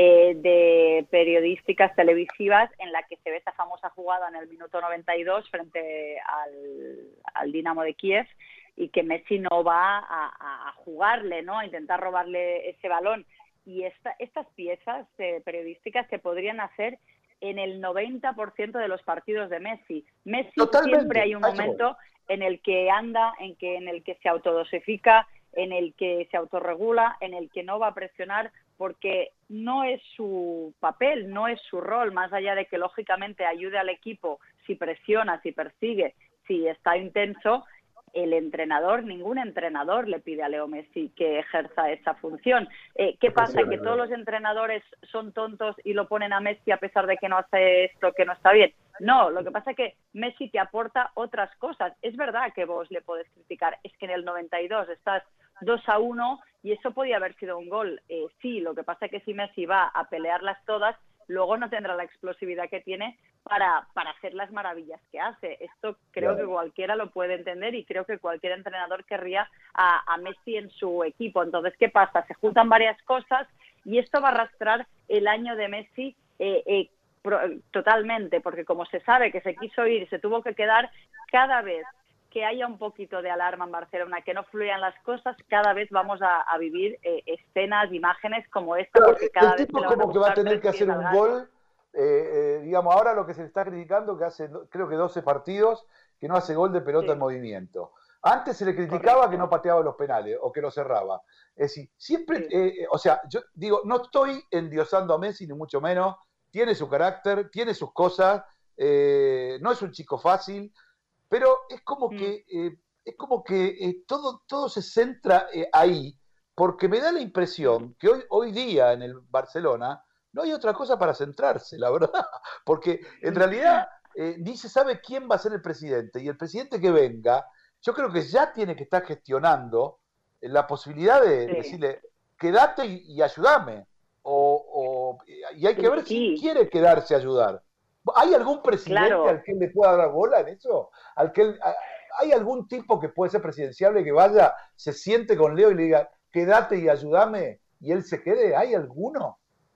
de periodísticas televisivas en la que se ve esa famosa jugada en el minuto 92 frente al Dinamo de Kiev, y que Messi no va a jugarle, ¿no? A intentar robarle ese balón. Y estas piezas periodísticas se podrían hacer en el 90% de los partidos de Messi. Messi Totalmente. Siempre hay un momento en el que anda, en el que se autodosifica, en el que se autorregula, en el que no va a presionar, porque no es su papel, no es su rol, más allá de que lógicamente ayude al equipo si presiona, si persigue, si está intenso. El entrenador, ningún entrenador le pide a Leo Messi que ejerza esa función. ¿Qué pasa? ¿Que todos los entrenadores son tontos y lo ponen a Messi a pesar de que no hace esto que no está bien? No, lo que pasa es que Messi te aporta otras cosas. Es verdad que vos le podés criticar, es que en el 92 estás 2-1 y eso podía haber sido un gol. Sí, lo que pasa es que si Messi va a pelearlas todas, luego no tendrá la explosividad que tiene para hacer las maravillas que hace. Esto creo que cualquiera lo puede entender, y creo que cualquier entrenador querría a Messi en su equipo. Entonces, ¿qué pasa? Se juntan varias cosas y esto va a arrastrar el año de Messi totalmente, porque como se sabe que se quiso ir y se tuvo que quedar, cada vez que haya un poquito de alarma en Barcelona, que no fluyan las cosas, cada vez vamos a vivir escenas, imágenes como esta, porque cada vez tipo como que va a tener que hacer un gol, digamos, ahora lo que se le está criticando, que hace creo que 12 partidos, que no hace gol de pelota en movimiento. Antes se le criticaba que no pateaba los penales o que lo cerraba. Es decir, siempre, o sea, yo digo, no estoy endiosando a Messi, ni mucho menos, tiene su carácter, tiene sus cosas, no es un chico fácil, pero es como que todo se centra ahí, porque me da la impresión que hoy día en el Barcelona no hay otra cosa para centrarse, la verdad, porque en realidad ni se sabe quién va a ser el presidente, y el presidente que venga, yo creo que ya tiene que estar gestionando la posibilidad de decirle, quédate y ayúdame, y hay que ver si quiere quedarse a ayudar. ¿Hay algún presidente al que le pueda dar bola en eso? ¿Hay algún tipo que puede ser presidenciable que vaya, se siente con Leo y le diga, quédate y ayúdame, y él se quede? ¿Hay alguno?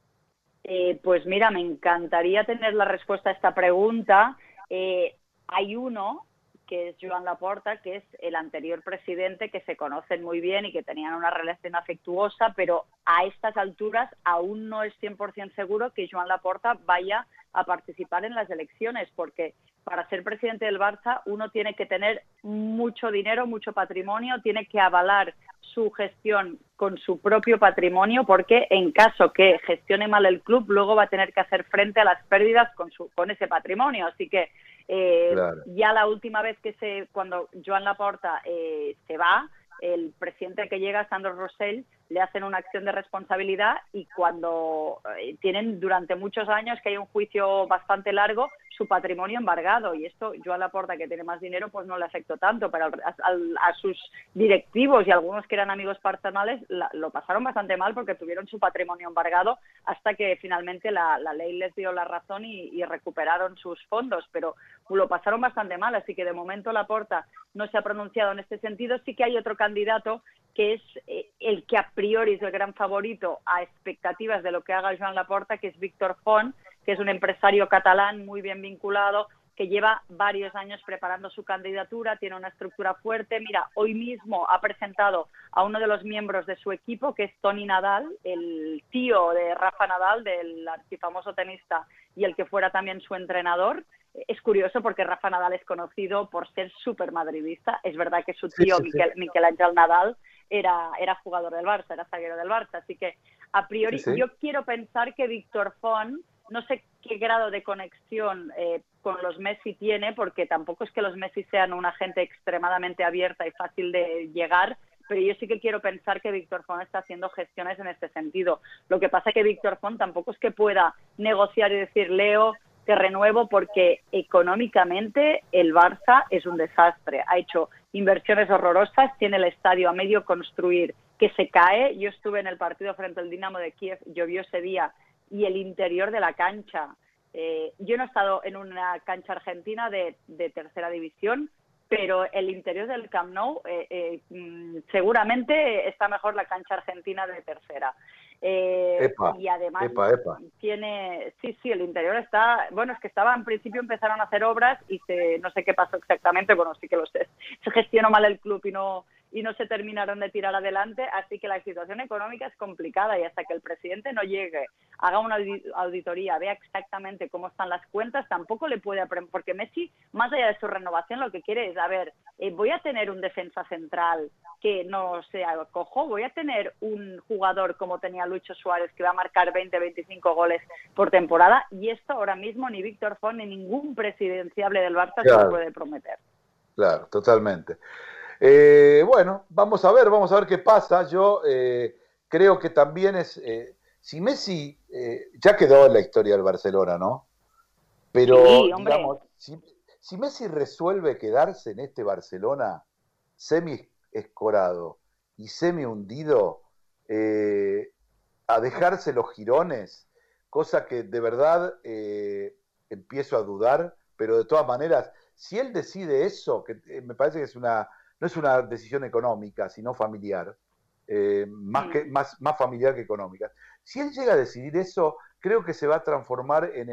Pues mira, me encantaría tener la respuesta a esta pregunta. Hay uno, que es Joan Laporta, que es el anterior presidente, que se conocen muy bien y que tenían una relación afectuosa, pero a estas alturas aún no es 100% seguro que Joan Laporta vaya a participar en las elecciones, porque para ser presidente del Barça uno tiene que tener mucho dinero, mucho patrimonio, tiene que avalar su gestión con su propio patrimonio, porque en caso que gestione mal el club, luego va a tener que hacer frente a las pérdidas con ese patrimonio. Así que ya la última vez cuando Joan Laporta se va, el presidente que llega, Sandro Rosell, le hacen una acción de responsabilidad, y cuando tienen durante muchos años, que hay un juicio bastante largo, su patrimonio embargado, y esto Joan Laporta, que tiene más dinero, pues no le afectó tanto, pero a sus directivos y algunos que eran amigos personales lo pasaron bastante mal porque tuvieron su patrimonio embargado hasta que finalmente la ley les dio la razón y recuperaron sus fondos, pero lo pasaron bastante mal, así que de momento Laporta no se ha pronunciado en este sentido. Sí que hay otro candidato que es el que a priori es el gran favorito a expectativas de lo que haga Joan Laporta, que es Víctor Font, que es un empresario catalán muy bien vinculado, que lleva varios años preparando su candidatura, tiene una estructura fuerte. Mira, hoy mismo ha presentado a uno de los miembros de su equipo, que es Toni Nadal, el tío de Rafa Nadal, del archifamoso tenista, y el que fuera también su entrenador. Es curioso porque Rafa Nadal es conocido por ser súper madridista. Es verdad que su tío, Miquel Ángel Nadal, era jugador del Barça, era zaguero del Barça. Así que, a priori, yo quiero pensar que Víctor Font, no sé qué grado de conexión con los Messi tiene, porque tampoco es que los Messi sean una gente extremadamente abierta y fácil de llegar, pero yo sí que quiero pensar que Víctor Font está haciendo gestiones en este sentido. Lo que pasa es que Víctor Font tampoco es que pueda negociar y decir, Leo, te renuevo, porque económicamente el Barça es un desastre. Ha hecho inversiones horrorosas, tiene el estadio a medio construir que se cae. Yo estuve en el partido frente al Dinamo de Kiev, llovió ese día, y el interior de la cancha. Yo no he estado en una cancha argentina de tercera división, pero el interior del Camp Nou seguramente está mejor la cancha argentina de tercera. Y además tiene, el interior está, bueno, es que en principio empezaron a hacer obras y no sé qué pasó exactamente, bueno, sí que lo sé, se gestionó mal el club y no se terminaron de tirar adelante, así que la situación económica es complicada, y hasta que el presidente no llegue, haga una auditoría, vea exactamente cómo están las cuentas, tampoco le puede aprender, porque Messi, más allá de su renovación, lo que quiere es, voy a tener un defensa central que no sea cojo, voy a tener un jugador como tenía Lucho Suárez que va a marcar 20-25 goles por temporada, y esto ahora mismo ni Víctor Font ni ningún presidenciable del Barça se lo puede prometer. Claro, totalmente. Bueno, vamos a ver qué pasa. Yo creo que también si Messi ya quedó en la historia del Barcelona, ¿no? Pero, digamos, si Messi resuelve quedarse en este Barcelona semi-escorado y semi-hundido, a dejarse los jirones, cosa que de verdad empiezo a dudar, pero de todas maneras, si él decide eso, que me parece que no es una decisión económica, sino familiar, más familiar que económica. Si él llega a decidir eso, creo que se va a transformar en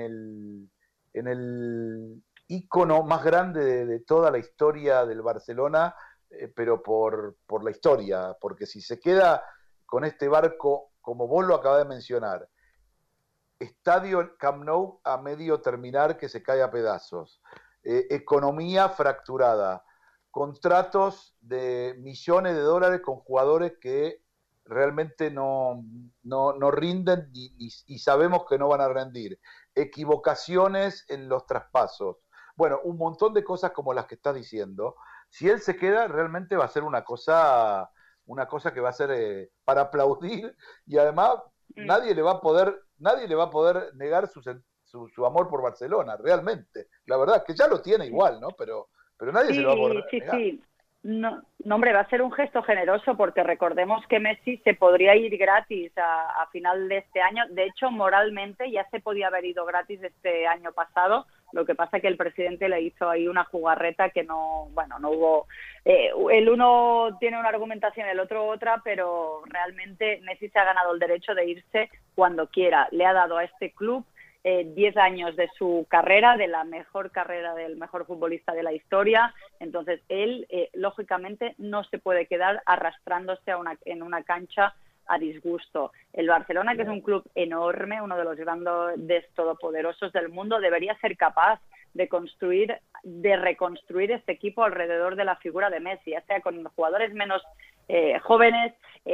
el ícono más grande de toda la historia del Barcelona, pero por la historia, porque si se queda con este barco, como vos lo acabás de mencionar, estadio Camp Nou a medio terminar que se cae a pedazos, economía fracturada, contratos de millones de dólares con jugadores que realmente no rinden y sabemos que no van a rendir, equivocaciones en los traspasos, bueno, un montón de cosas como las que estás diciendo. Si él se queda, realmente va a ser una cosa que va a ser para aplaudir, y además nadie le va a poder negar su amor por Barcelona, realmente. La verdad es que ya lo tiene igual, ¿no? Pero nadie se lo va a poder negar. Sí. No, hombre, va a ser un gesto generoso, porque recordemos que Messi se podría ir gratis a final de este año. De hecho, moralmente ya se podía haber ido gratis este año pasado. Lo que pasa es que el presidente le hizo ahí una jugarreta que no hubo. El uno tiene una argumentación, el otro otra, pero realmente Messi se ha ganado el derecho de irse cuando quiera. Le ha dado a este club 10 años de su carrera, de la mejor carrera del mejor futbolista de la historia. Entonces él lógicamente no se puede quedar arrastrándose en una cancha a disgusto. El Barcelona, que es un club enorme, uno de los grandes todopoderosos del mundo, debería ser capaz de reconstruir este equipo alrededor de la figura de Messi, ya sea con jugadores menos jóvenes.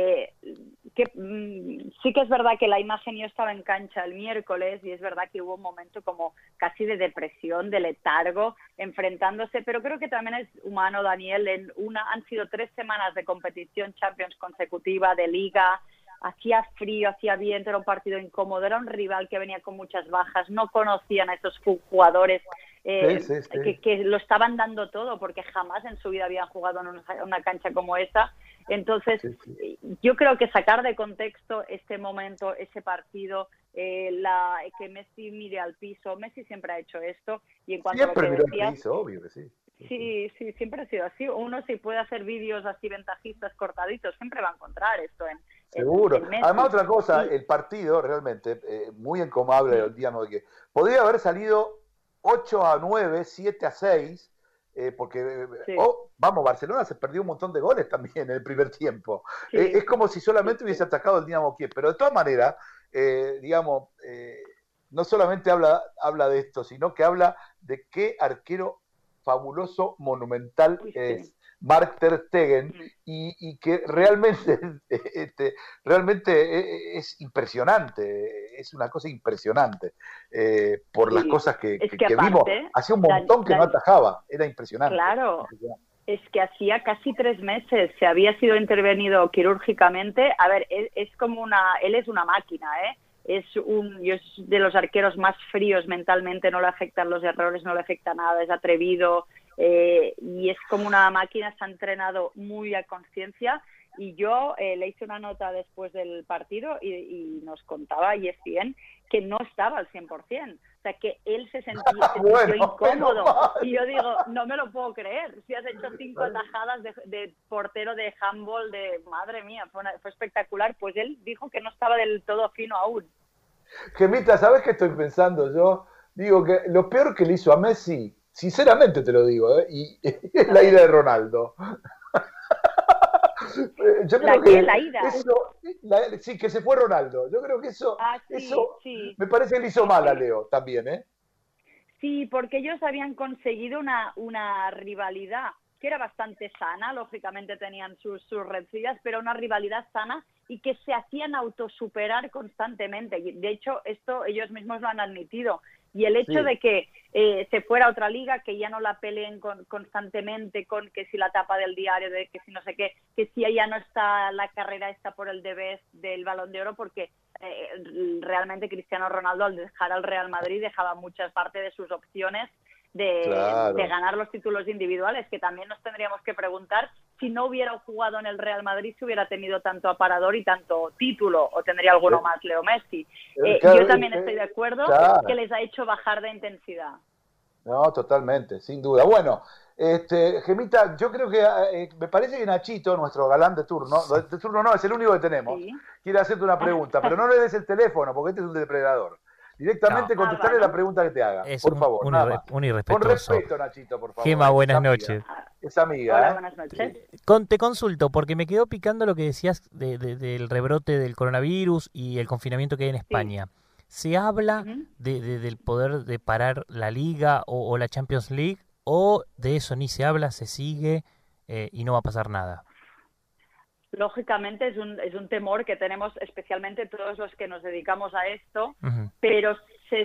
Sí que es verdad que la imagen, yo estaba en cancha el miércoles y es verdad que hubo un momento como casi de depresión, de letargo, enfrentándose, pero creo que también es humano, Daniel. Han sido 3 semanas de competición Champions consecutiva, de Liga, hacía frío, hacía viento, era un partido incómodo, era un rival que venía con muchas bajas, no conocían a esos jugadores que lo estaban dando todo, porque jamás en su vida habían jugado en una cancha como esa. Entonces, yo creo que sacar de contexto este momento, ese partido, que Messi mire al piso, Messi siempre ha hecho esto, y en cuanto siempre a lo que decías, al piso, obvio que sí. Sí, siempre ha sido así. Uno, si puede hacer vídeos así ventajistas, cortaditos, siempre va a encontrar esto seguro. en Messi. Además, otra cosa, el partido realmente, muy encomiable, digamos, que podría haber salido 8-9, 7-6, porque, vamos, Barcelona se perdió un montón de goles también en el primer tiempo. Sí. Es como si solamente hubiese atacado el Dinamo Kiev, pero de todas maneras, digamos, no solamente habla de esto, sino que habla de qué arquero fabuloso, monumental es Marc Ter Stegen, y que realmente es impresionante, es una cosa impresionante, por las cosas que aparte, vimos. Hacía un montón que no atajaba, era impresionante. Claro, impresionante. Es que hacía casi 3 meses se había sido intervenido quirúrgicamente. A ver, es como él es una máquina, es de los arqueros más fríos mentalmente, no le afectan los errores, no le afecta nada, es atrevido, y es como una máquina, se ha entrenado muy a conciencia. Y yo le hice una nota después del partido y nos contaba, y es bien, que no estaba al 100%. O sea, que él se sentía incómodo. Y yo digo, no me lo puedo creer. Si has hecho 5 atajadas de portero de handball, madre mía, fue espectacular. Pues él dijo que no estaba del todo fino aún. Gemita, ¿sabes qué estoy pensando yo? Digo que lo peor que le hizo a Messi, sinceramente te lo digo, y es la ida de Ronaldo. Yo creo que la ida. Sí, que se fue Ronaldo. Yo creo que eso me parece que le hizo mal a Leo también, ¿eh? Sí, porque ellos habían conseguido una rivalidad que era bastante sana, lógicamente tenían sus rencillas, pero una rivalidad sana y que se hacían autosuperar constantemente. De hecho, esto ellos mismos lo han admitido. Y el hecho de que se fuera a otra liga, que ya no la peleen constantemente con que si la tapa del diario, de que si no sé qué, que si ya no está la carrera esta por el debés del Balón de Oro, porque realmente Cristiano Ronaldo, al dejar al Real Madrid, dejaba muchas parte de sus opciones de ganar los títulos individuales, que también nos tendríamos que preguntar si no hubiera jugado en el Real Madrid, si hubiera tenido tanto aparador y tanto título, o tendría alguno más Leo Messi. Yo también estoy de acuerdo que les ha hecho bajar de intensidad. No, totalmente, sin duda. Bueno, Gemita, yo creo que me parece que Nachito, nuestro galán de turno no, es el único que tenemos, quiere hacerte una pregunta, pero no le des el teléfono, porque este es un depredador. Directamente contestarle la pregunta que te haga, por favor. Un irrespetuoso. Con respeto, Nachito, por favor. Gema, buenas noches. Es amiga. Hola, buenas noches. Te consulto, porque me quedó picando lo que decías del rebrote del coronavirus y el confinamiento que hay en España. ¿Se habla del poder de parar la Liga o la Champions League, o de eso ni se habla, se sigue y no va a pasar nada? Lógicamente es un temor que tenemos especialmente todos los que nos dedicamos a esto, pero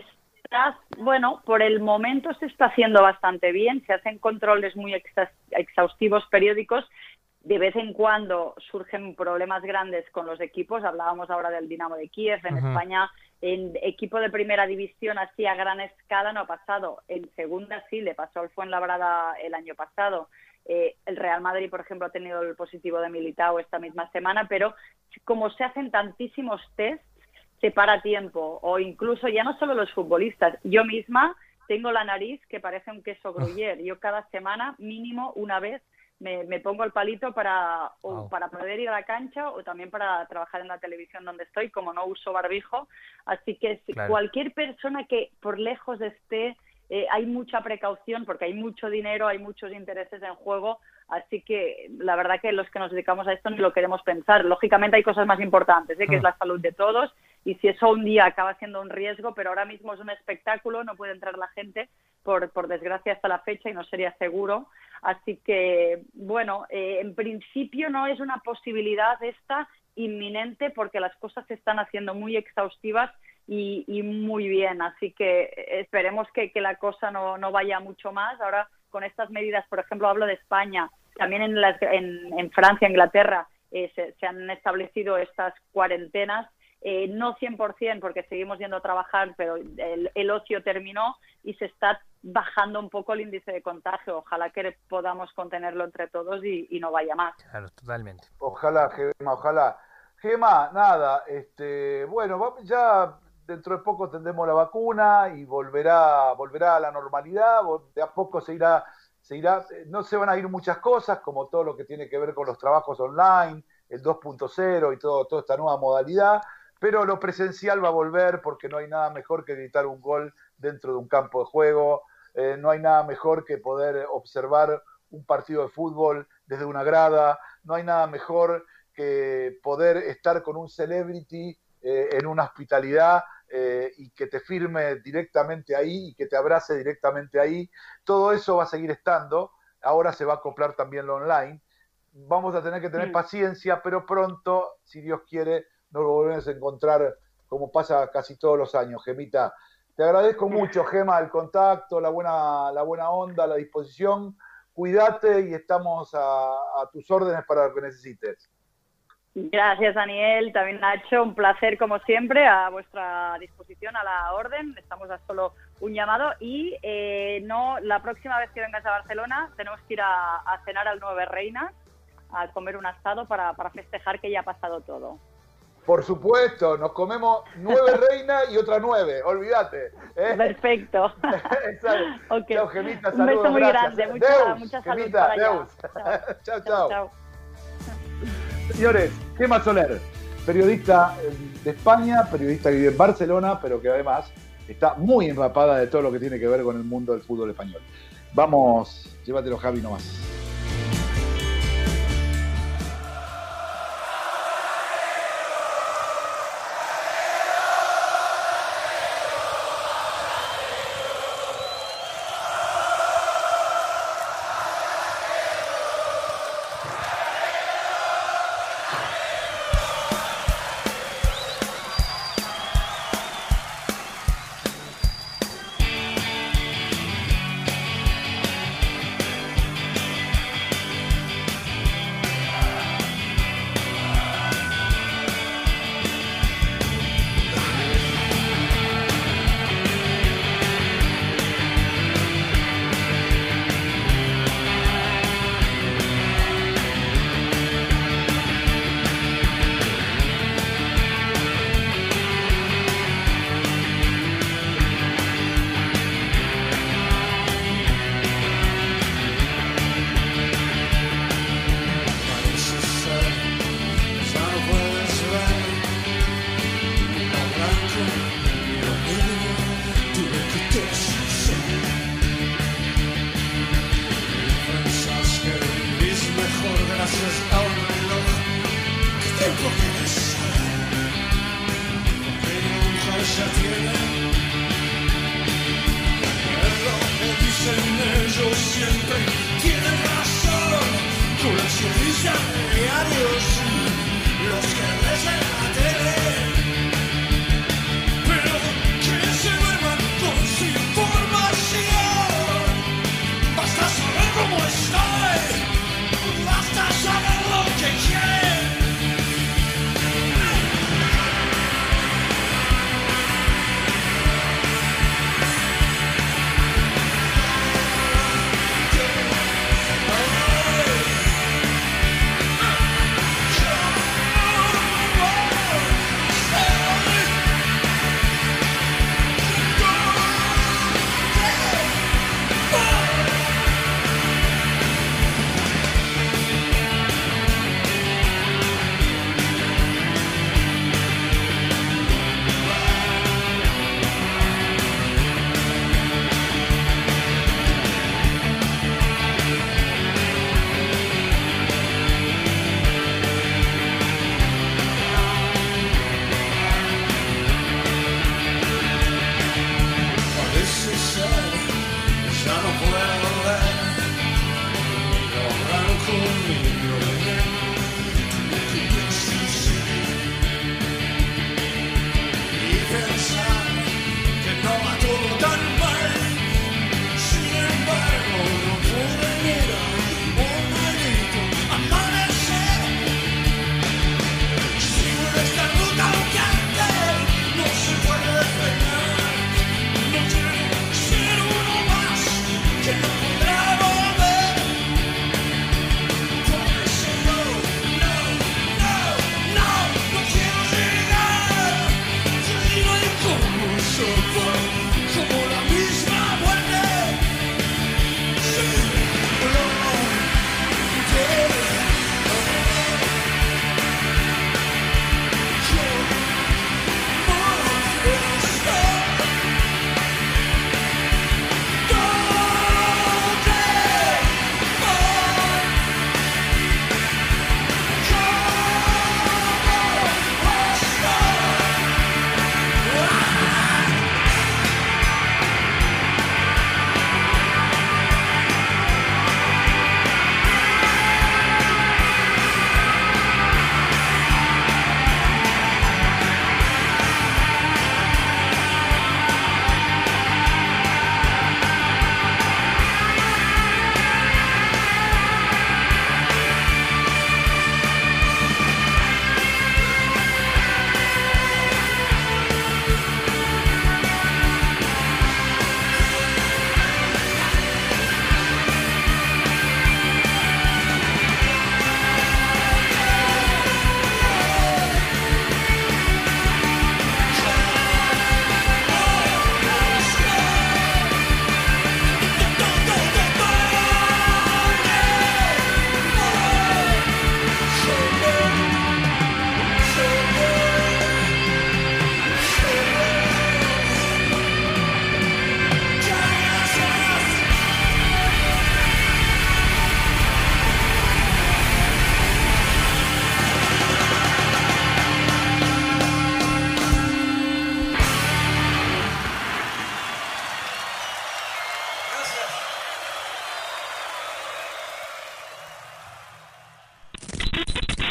por el momento se está haciendo bastante bien, se hacen controles muy exhaustivos periódicos. De vez en cuando surgen problemas grandes con los equipos, hablábamos ahora del Dinamo de Kiev, en España, en equipo de primera división así a gran escala no ha pasado, en segunda sí, le pasó al Fuenlabrada el año pasado. El Real Madrid, por ejemplo, ha tenido el positivo de Militao esta misma semana, pero como se hacen tantísimos test, se para tiempo, o incluso ya no solo los futbolistas, yo misma tengo la nariz que parece un queso gruyère. Yo cada semana, mínimo una vez, me pongo el palito para poder ir a la cancha o también para trabajar en la televisión donde estoy, como no uso barbijo. Así que cualquier persona que por lejos esté, hay mucha precaución porque hay mucho dinero, hay muchos intereses en juego, así que la verdad que los que nos dedicamos a esto ni lo queremos pensar. Lógicamente hay cosas más importantes, que es la salud de todos, y si eso un día acaba siendo un riesgo, pero ahora mismo es un espectáculo, no puede entrar la gente, por desgracia hasta la fecha, y no sería seguro. Así que, bueno, en principio no es una posibilidad esta inminente porque las cosas se están haciendo muy exhaustivas y muy bien, así que esperemos que la cosa no vaya mucho más. Ahora con estas medidas, por ejemplo, hablo de España, también en Francia, Inglaterra, se han establecido estas cuarentenas. No 100% porque seguimos yendo a trabajar, pero el ocio terminó y se está bajando un poco el índice de contagio. Ojalá que podamos contenerlo entre todos y no vaya más. Claro, totalmente. Ojalá, Gema, ojalá. Gema, nada, bueno, ya dentro de poco tendremos la vacuna y volverá a la normalidad, de a poco se irá, no se van a ir muchas cosas, como todo lo que tiene que ver con los trabajos online, el 2.0 y toda esta nueva modalidad, pero lo presencial va a volver porque no hay nada mejor que gritar un gol dentro de un campo de juego, no hay nada mejor que poder observar un partido de fútbol desde una grada, no hay nada mejor que poder estar con un celebrity en una hospitalidad y que te firme directamente ahí y que te abrace directamente ahí. Todo eso va a seguir estando, ahora se va a acoplar también lo online. Vamos a tener que tener paciencia, pero pronto, si Dios quiere, nos volvemos a encontrar como pasa casi todos los años. Gemita, te agradezco mucho, Gema, el contacto, la buena onda, la disposición. Cuídate y estamos a tus órdenes para lo que necesites. Gracias, Daniel. También, Nacho, un placer como siempre, a vuestra disposición, a la orden. Estamos a solo un llamado y la próxima vez que vengas a Barcelona tenemos que ir a cenar al Nueve Reinas, a comer un asado para festejar que ya ha pasado todo. Por supuesto, nos comemos 9 reinas y otra 9, olvídate. Perfecto. Okay. Chao, Gemita, un beso muy gracias. Grande, mucha salud Gemita, para allá. Chao. Señores, Gema Soler, periodista de España, periodista que vive en Barcelona, pero que además está muy empapada de todo lo que tiene que ver con el mundo del fútbol español. Vamos, llévatelo, Javi, nomás.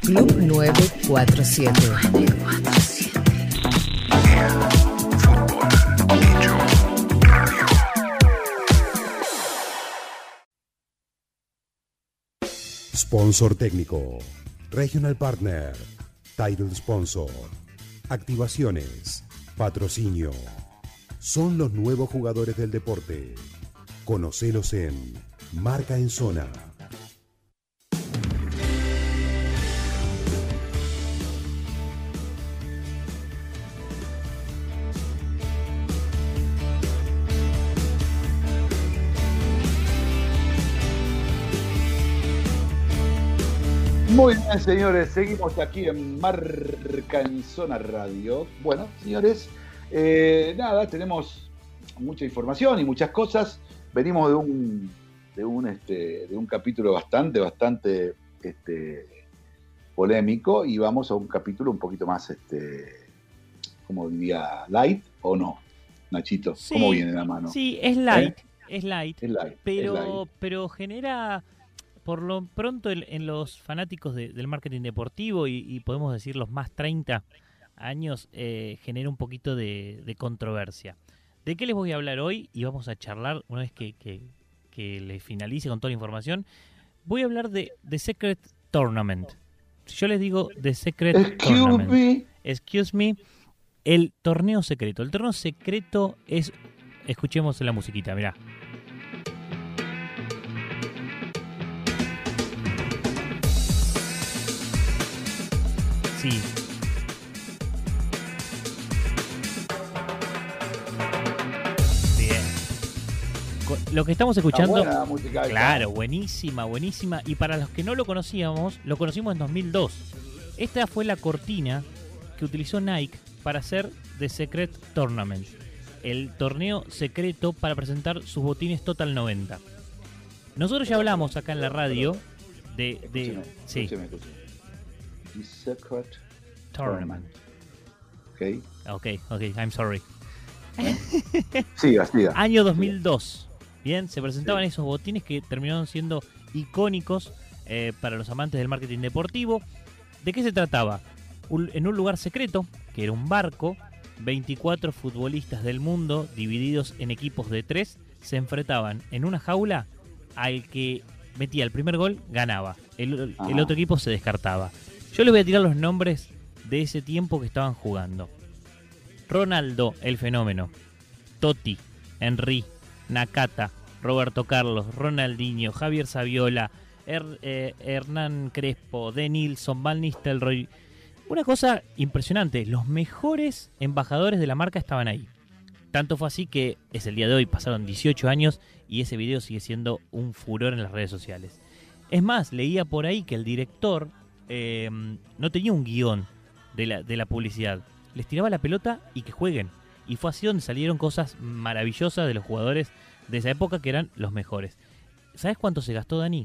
Club 947. Sponsor técnico, Regional Partner, Title Sponsor, activaciones, patrocinio. Son los nuevos jugadores del deporte. Conocelos en Marca en Zona. Muy bien, señores, seguimos aquí en Marca en Zona Radio. Bueno, señores, nada, tenemos mucha información y muchas cosas. Venimos de un capítulo bastante polémico y vamos a un capítulo un poquito más, como diría, light o no, Nachito. Sí, ¿Cómo viene la mano? Sí, es light, es light, Es light. pero genera, por lo pronto, en los fanáticos del marketing deportivo y podemos decir los más 30 años, genera un poquito de controversia. ¿De qué les voy a hablar hoy? Y vamos a charlar una vez que les finalice con toda la información. Voy a hablar de The Secret Tournament. Si yo les digo The Secret Tournament, excuse me, el torneo secreto. El torneo secreto es, escuchemos la musiquita, mirá. Sí. Bien. Lo que estamos escuchando, Está buena la música, claro, buenísima. Y para los que no lo conocimos en 2002. Esta fue la cortina que utilizó Nike para hacer The Secret Tournament, el torneo secreto para presentar sus botines Total 90. Nosotros ya hablamos acá en la radio de sí. The Secret Tournament. Ok. Ok, I'm sorry. Siga. Año 2002. Bien, se presentaban esos botines que terminaron siendo icónicos para los amantes del marketing deportivo. ¿De qué se trataba? En un lugar secreto, que era un barco, 24 futbolistas del mundo, divididos en equipos de 3, se enfrentaban en una jaula. Al que metía el primer gol, ganaba. El otro equipo se descartaba. Yo les voy a tirar los nombres de ese tiempo que estaban jugando. Ronaldo, el fenómeno. Totti, Henry, Nakata, Roberto Carlos, Ronaldinho, Javier Saviola, Hernán Crespo, Denilson, Van Nistelrooy. Una cosa impresionante, los mejores embajadores de la marca estaban ahí. Tanto fue así que es el día de hoy, pasaron 18 años y ese video sigue siendo un furor en las redes sociales. Es más, leía por ahí que el director no tenía un guión de la publicidad. Les tiraba la pelota y que jueguen. Y fue así donde salieron cosas maravillosas de los jugadores de esa época que eran los mejores. ¿Sabes cuánto se gastó, Dani?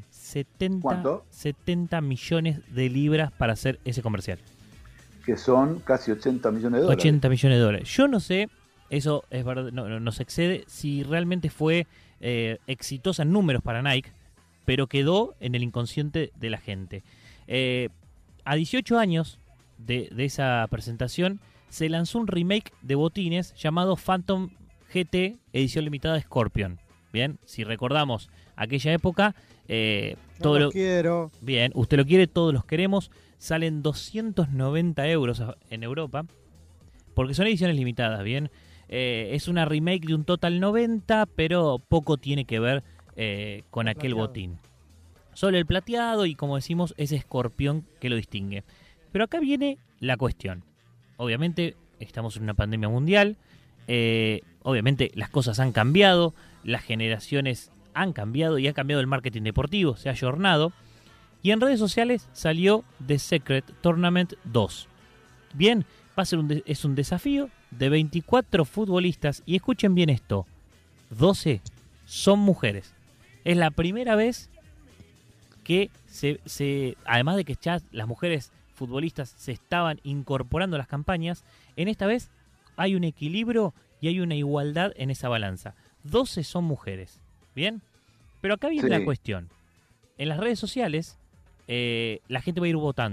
70 millones de libras para hacer ese comercial. Que son casi 80 millones de dólares. 80 millones de dólares. Yo no sé, eso es verdad, nos excede, si realmente fue exitosa en números para Nike, pero quedó en el inconsciente de la gente. A 18 años de esa presentación, se lanzó un remake de botines llamado Phantom GT edición limitada Scorpion. Bien, si recordamos aquella época, todo lo quiero. Bien, usted lo quiere, todos los queremos. Salen 290 euros en Europa, porque son ediciones limitadas, bien. Es una remake de un Total 90, pero poco tiene que ver con aquel botín. Solo el plateado y, como decimos, ese escorpión que lo distingue. Pero acá viene la cuestión. Obviamente estamos en una pandemia mundial, obviamente las cosas han cambiado, las generaciones han cambiado y ha cambiado el marketing deportivo, se ha ayornado. Y en redes sociales salió The Secret Tournament 2. Bien, va a ser es un desafío de 24 futbolistas. Y escuchen bien esto, 12 son mujeres. Es la primera vez que además de que ya las mujeres futbolistas se estaban incorporando a las campañas, en esta vez hay un equilibrio y hay una igualdad en esa balanza. 12 son mujeres, ¿bien? Pero acá viene la cuestión. En las redes sociales, la gente va a ir votando.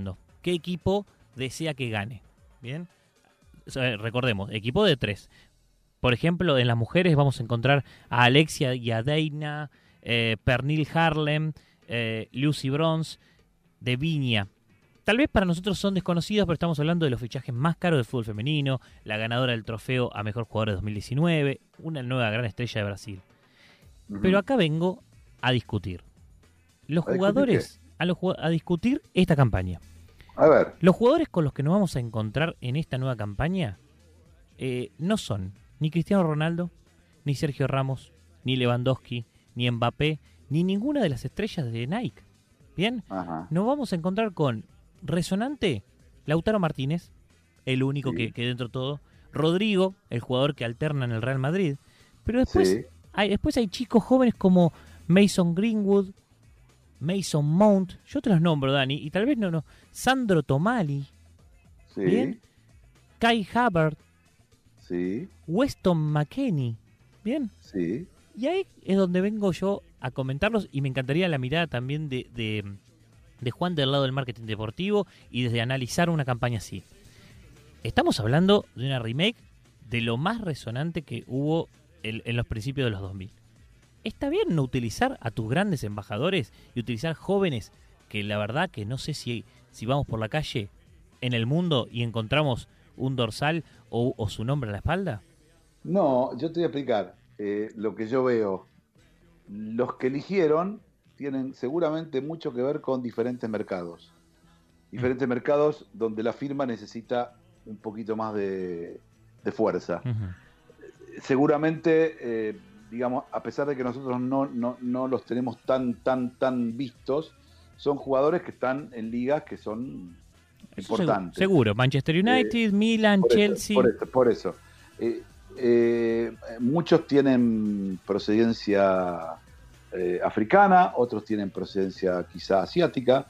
qué equipo desea que gane. Bien, o sea, recordemos, equipo de 3. Por ejemplo, en las mujeres vamos a encontrar a Alexia y a Deina, Pernil Harlem, Lucy Bronze, de Viña. Tal vez para nosotros son desconocidos, pero estamos hablando de los fichajes más caros del fútbol femenino, la ganadora del trofeo a Mejor Jugador de 2019, una nueva gran estrella de Brasil. Pero acá vengo a discutir. Los jugadores, a discutir esta campaña. A ver. Los jugadores con los que nos vamos a encontrar en esta nueva campaña no son ni Cristiano Ronaldo, ni Sergio Ramos, ni Lewandowski, ni Mbappé, ni ninguna de las estrellas de Nike. Bien, nos vamos a encontrar con resonante Lautaro Martínez, el único que dentro de todo, Rodrigo, el jugador que alterna en el Real Madrid, pero después hay chicos jóvenes como Mason Greenwood, Mason Mount, yo te los nombro, Dani, y tal vez no, Sandro Tomali, bien, Kai Havertz, Weston McKennie, bien, y ahí es donde vengo yo a comentarlos, y me encantaría la mirada también de Juan del lado del marketing deportivo y desde analizar una campaña así. Estamos hablando de una remake de lo más resonante que hubo en los principios de los 2000. ¿Está bien no utilizar a tus grandes embajadores y utilizar jóvenes que la verdad que no sé si vamos por la calle en el mundo y encontramos un dorsal o su nombre a la espalda? No, yo te voy a explicar lo que yo veo. Los que eligieron tienen seguramente mucho que ver con diferentes mercados. Diferentes mercados donde la firma necesita un poquito más de fuerza. Seguramente, digamos, a pesar de que nosotros no los tenemos tan vistos, son jugadores que están en ligas que son importantes. Seguro, Manchester United, Milan, Chelsea. Por eso. Muchos tienen procedencia africana, otros tienen procedencia quizá asiática,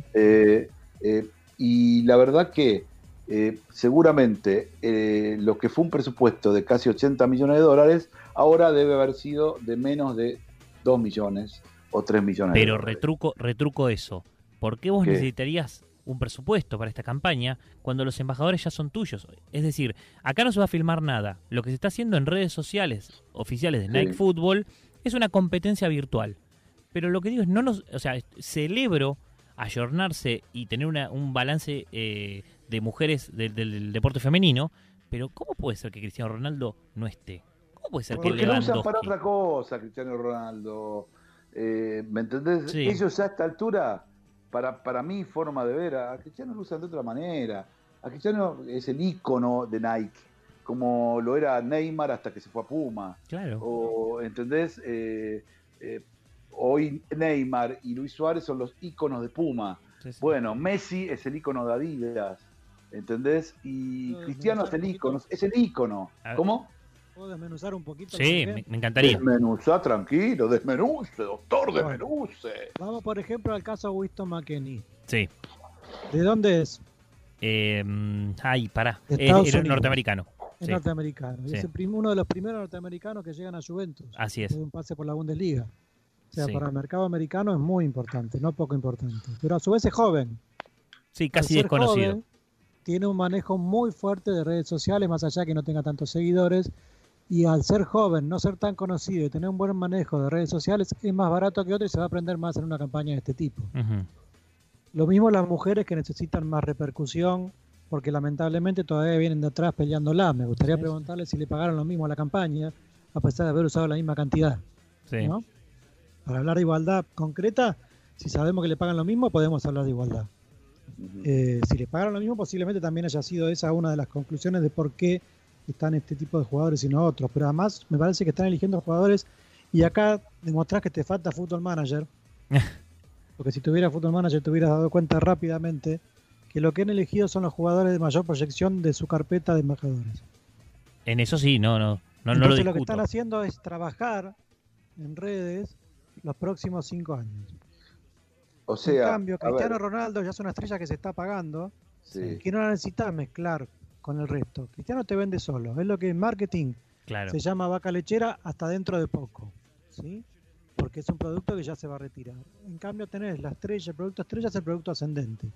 y la verdad que seguramente lo que fue un presupuesto de casi 80 millones de dólares, ahora debe haber sido de menos de 2 millones o 3 millones Pero de dólares. retruco eso. ¿Por qué vos ¿Qué? necesitarías un presupuesto para esta campaña cuando los embajadores ya son tuyos? Es decir, acá no se va a filmar nada. Lo que se está haciendo en redes sociales oficiales de Nike Football es una competencia virtual. Pero lo que digo es, celebro ayornarse y tener un balance de mujeres del deporte femenino, pero ¿cómo puede ser que Cristiano Ronaldo no esté? ¿Cómo puede ser que Porque lo usan Lewandowski? para otra cosa, Cristiano Ronaldo. ¿Me entendés? Sí. Ellos a esta altura, para mi forma de ver, a Cristiano lo usan de otra manera. A Cristiano es el ícono de Nike, como lo era Neymar hasta que se fue a Puma. Claro. O, ¿entendés? Hoy Neymar y Luis Suárez son los íconos de Puma. Sí, sí. Bueno, Messi es el ícono de Adidas, ¿entendés? Y Cristiano es el ícono. ¿Cómo? ¿Puedo desmenuzar un poquito? Sí, me encantaría. Desmenuzá, tranquilo, desmenuce, doctor, desmenuce. Vamos, por ejemplo, al caso de Weston McKennie. Sí. ¿De dónde es? Pará. De Estados Es Unidos. norteamericano. Es Sí. norteamericano. Sí. Es uno de los primeros norteamericanos que llegan a Juventus. Así es. Después de un pase por la Bundesliga. O sea, Sí. para el mercado americano es muy importante, no poco importante. Pero a su vez es joven. Sí, casi Al ser desconocido. joven, tiene un manejo muy fuerte de redes sociales, más allá que no tenga tantos seguidores. Y al ser joven, no ser tan conocido y tener un buen manejo de redes sociales, es más barato que otro y se va a aprender más en una campaña de este tipo. Ujú. Lo mismo las mujeres que necesitan más repercusión, porque lamentablemente todavía vienen de atrás peleándola. Me gustaría preguntarle si le pagaron lo mismo a la campaña, a pesar de haber usado la misma cantidad. Sí. ¿No? Para hablar de igualdad concreta, si sabemos que le pagan lo mismo, podemos hablar de igualdad. Si le pagaron lo mismo, posiblemente también haya sido esa una de las conclusiones de por qué están este tipo de jugadores y no otros. Pero además me parece que están eligiendo jugadores y acá demostrás que te falta Football Manager. Porque si tuviera Football Manager te hubieras dado cuenta rápidamente que lo que han elegido son los jugadores de mayor proyección de su carpeta de embajadores. En eso sí, no lo Entonces lo que discuto. están haciendo es trabajar en redes los próximos 5 años. O sea, en cambio, a ver, Cristiano Ronaldo ya es una estrella que se está pagando, sí. que no la necesitas mezclar con el resto. Cristiano te vende solo. Es lo que en marketing Claro. se llama vaca lechera hasta dentro de poco. ¿Sí? Porque es un producto que ya se va a retirar. En cambio tenés la estrella, el producto estrella es el producto ascendente.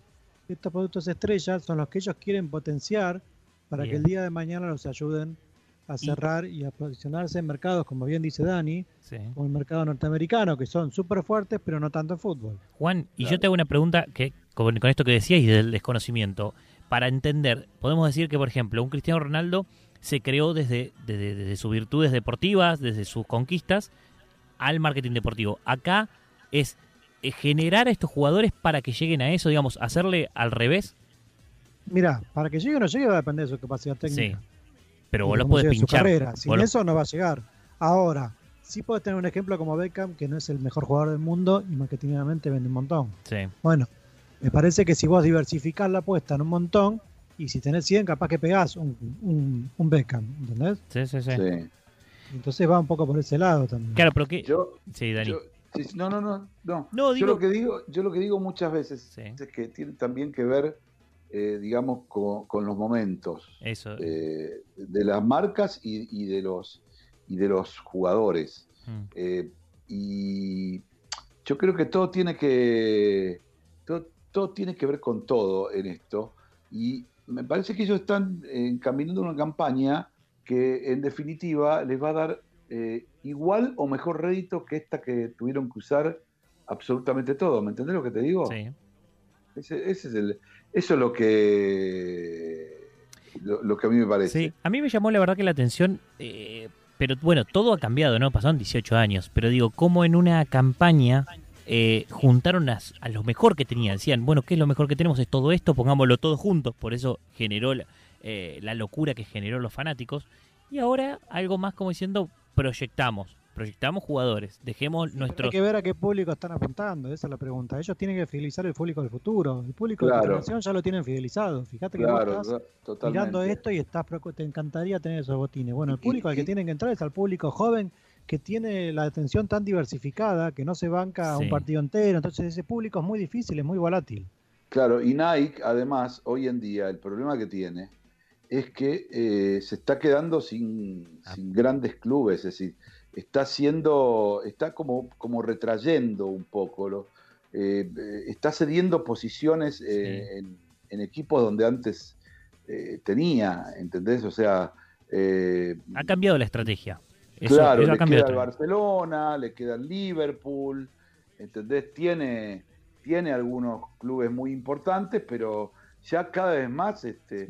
estos productos estrellas son los que ellos quieren potenciar para que el día de mañana los ayuden a cerrar y a posicionarse en mercados, como bien dice Dani, como el mercado norteamericano, que son súper fuertes, pero no tanto en fútbol. Juan, y yo te hago una pregunta que con esto que decías y del desconocimiento. Para entender, podemos decir que, por ejemplo, un Cristiano Ronaldo se creó desde sus virtudes deportivas, desde sus conquistas, al marketing deportivo. Acá es generar a estos jugadores para que lleguen a eso, digamos, hacerle al revés. Mira, para que llegue o no llegue va a depender de su capacidad técnica. Sí, pero vos lo podés pinchar. Sin eso no va a llegar. Ahora, sí podés tener un ejemplo como Beckham, que no es el mejor jugador del mundo y marketingamente vende un montón. Sí. Bueno, me parece que si vos diversificás la apuesta en un montón, y si tenés 100, capaz que pegás un Beckham, ¿entendés? Sí. Entonces va un poco por ese lado también. Claro, pero que... Sí, Dani. No, yo lo que digo muchas veces es que tiene también que ver, digamos, con los momentos de las marcas y de los jugadores. Y yo creo que todo tiene que ver con todo en esto. Y me parece que ellos están encaminando una campaña que en definitiva les va a dar igual o mejor rédito que esta que tuvieron que usar absolutamente todo. ¿Me entendés lo que te digo? Sí. Eso es lo que a mí me parece. Sí, a mí me llamó la verdad que la atención, pero bueno, todo ha cambiado, ¿no? Pasaron 18 años, pero digo, cómo en una campaña juntaron a lo mejor que tenían. Decían, bueno, ¿qué es lo mejor que tenemos? Es todo esto, pongámoslo todo juntos. Por eso generó la locura que generó los fanáticos. Y ahora algo más como diciendo, proyectamos jugadores, dejemos nuestros... Hay que ver a qué público están apuntando, esa es la pregunta. Ellos tienen que fidelizar el público del futuro. El público de la generación ya lo tienen fidelizado. Fíjate que vos estás mirando esto y te encantaría tener esos botines. Bueno, el público al que tienen que entrar es al público joven que tiene la atención tan diversificada que no se banca un partido entero. Entonces ese público es muy difícil, es muy volátil. Claro, y Nike, además, hoy en día, el problema que tiene es que se está quedando sin grandes clubes, es decir, está como retrayendo un poco, está cediendo posiciones en equipos donde antes tenía, ¿entendés? O sea... ha cambiado la estrategia. Claro, le queda el Barcelona, le queda el Liverpool, ¿entendés? Tiene algunos clubes muy importantes, pero ya cada vez más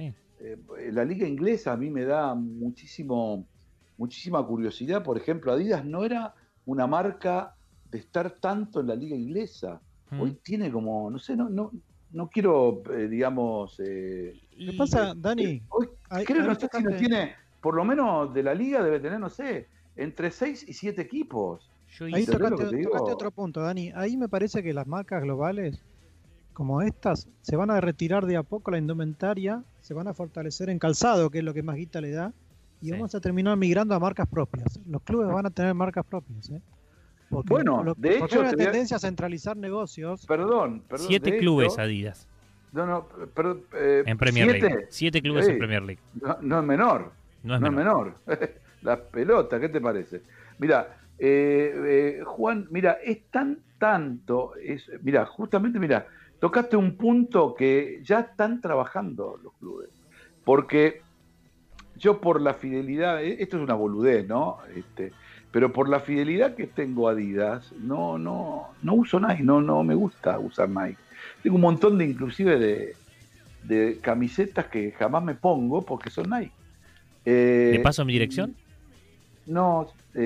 la liga inglesa a mí me da muchísima curiosidad. Por ejemplo, Adidas no era una marca de estar tanto en la liga inglesa. Hoy tiene como, no sé, no quiero, digamos... ¿Qué pasa, Dani? Hoy creo, no sé si no tiene, por lo menos de la liga debe tener, no sé, entre 6 y 7 equipos. Ahí tocaste otro punto, Dani. Ahí me parece que las marcas globales como estas se van a retirar de a poco la indumentaria, se van a fortalecer en calzado, que es lo que más guita le da, y vamos a terminar migrando a marcas propias. Los clubes van a tener marcas propias, Porque, bueno, de hecho, hay una tendencia a centralizar negocios. Perdón. 7 clubes Adidas. Pero, en Premier League. 7 clubes en Premier League. No es menor. No es menor. La pelota, ¿qué te parece? Mira, Juan, mira, es tanto, justamente, tocaste un punto que ya están trabajando los clubes. Porque yo por la fidelidad, esto es una boludez, ¿no? Pero por la fidelidad que tengo a Adidas, no uso Nike, no me gusta usar Nike. Tengo un montón inclusive de camisetas que jamás me pongo porque son Nike. ¿Le paso mi dirección? No,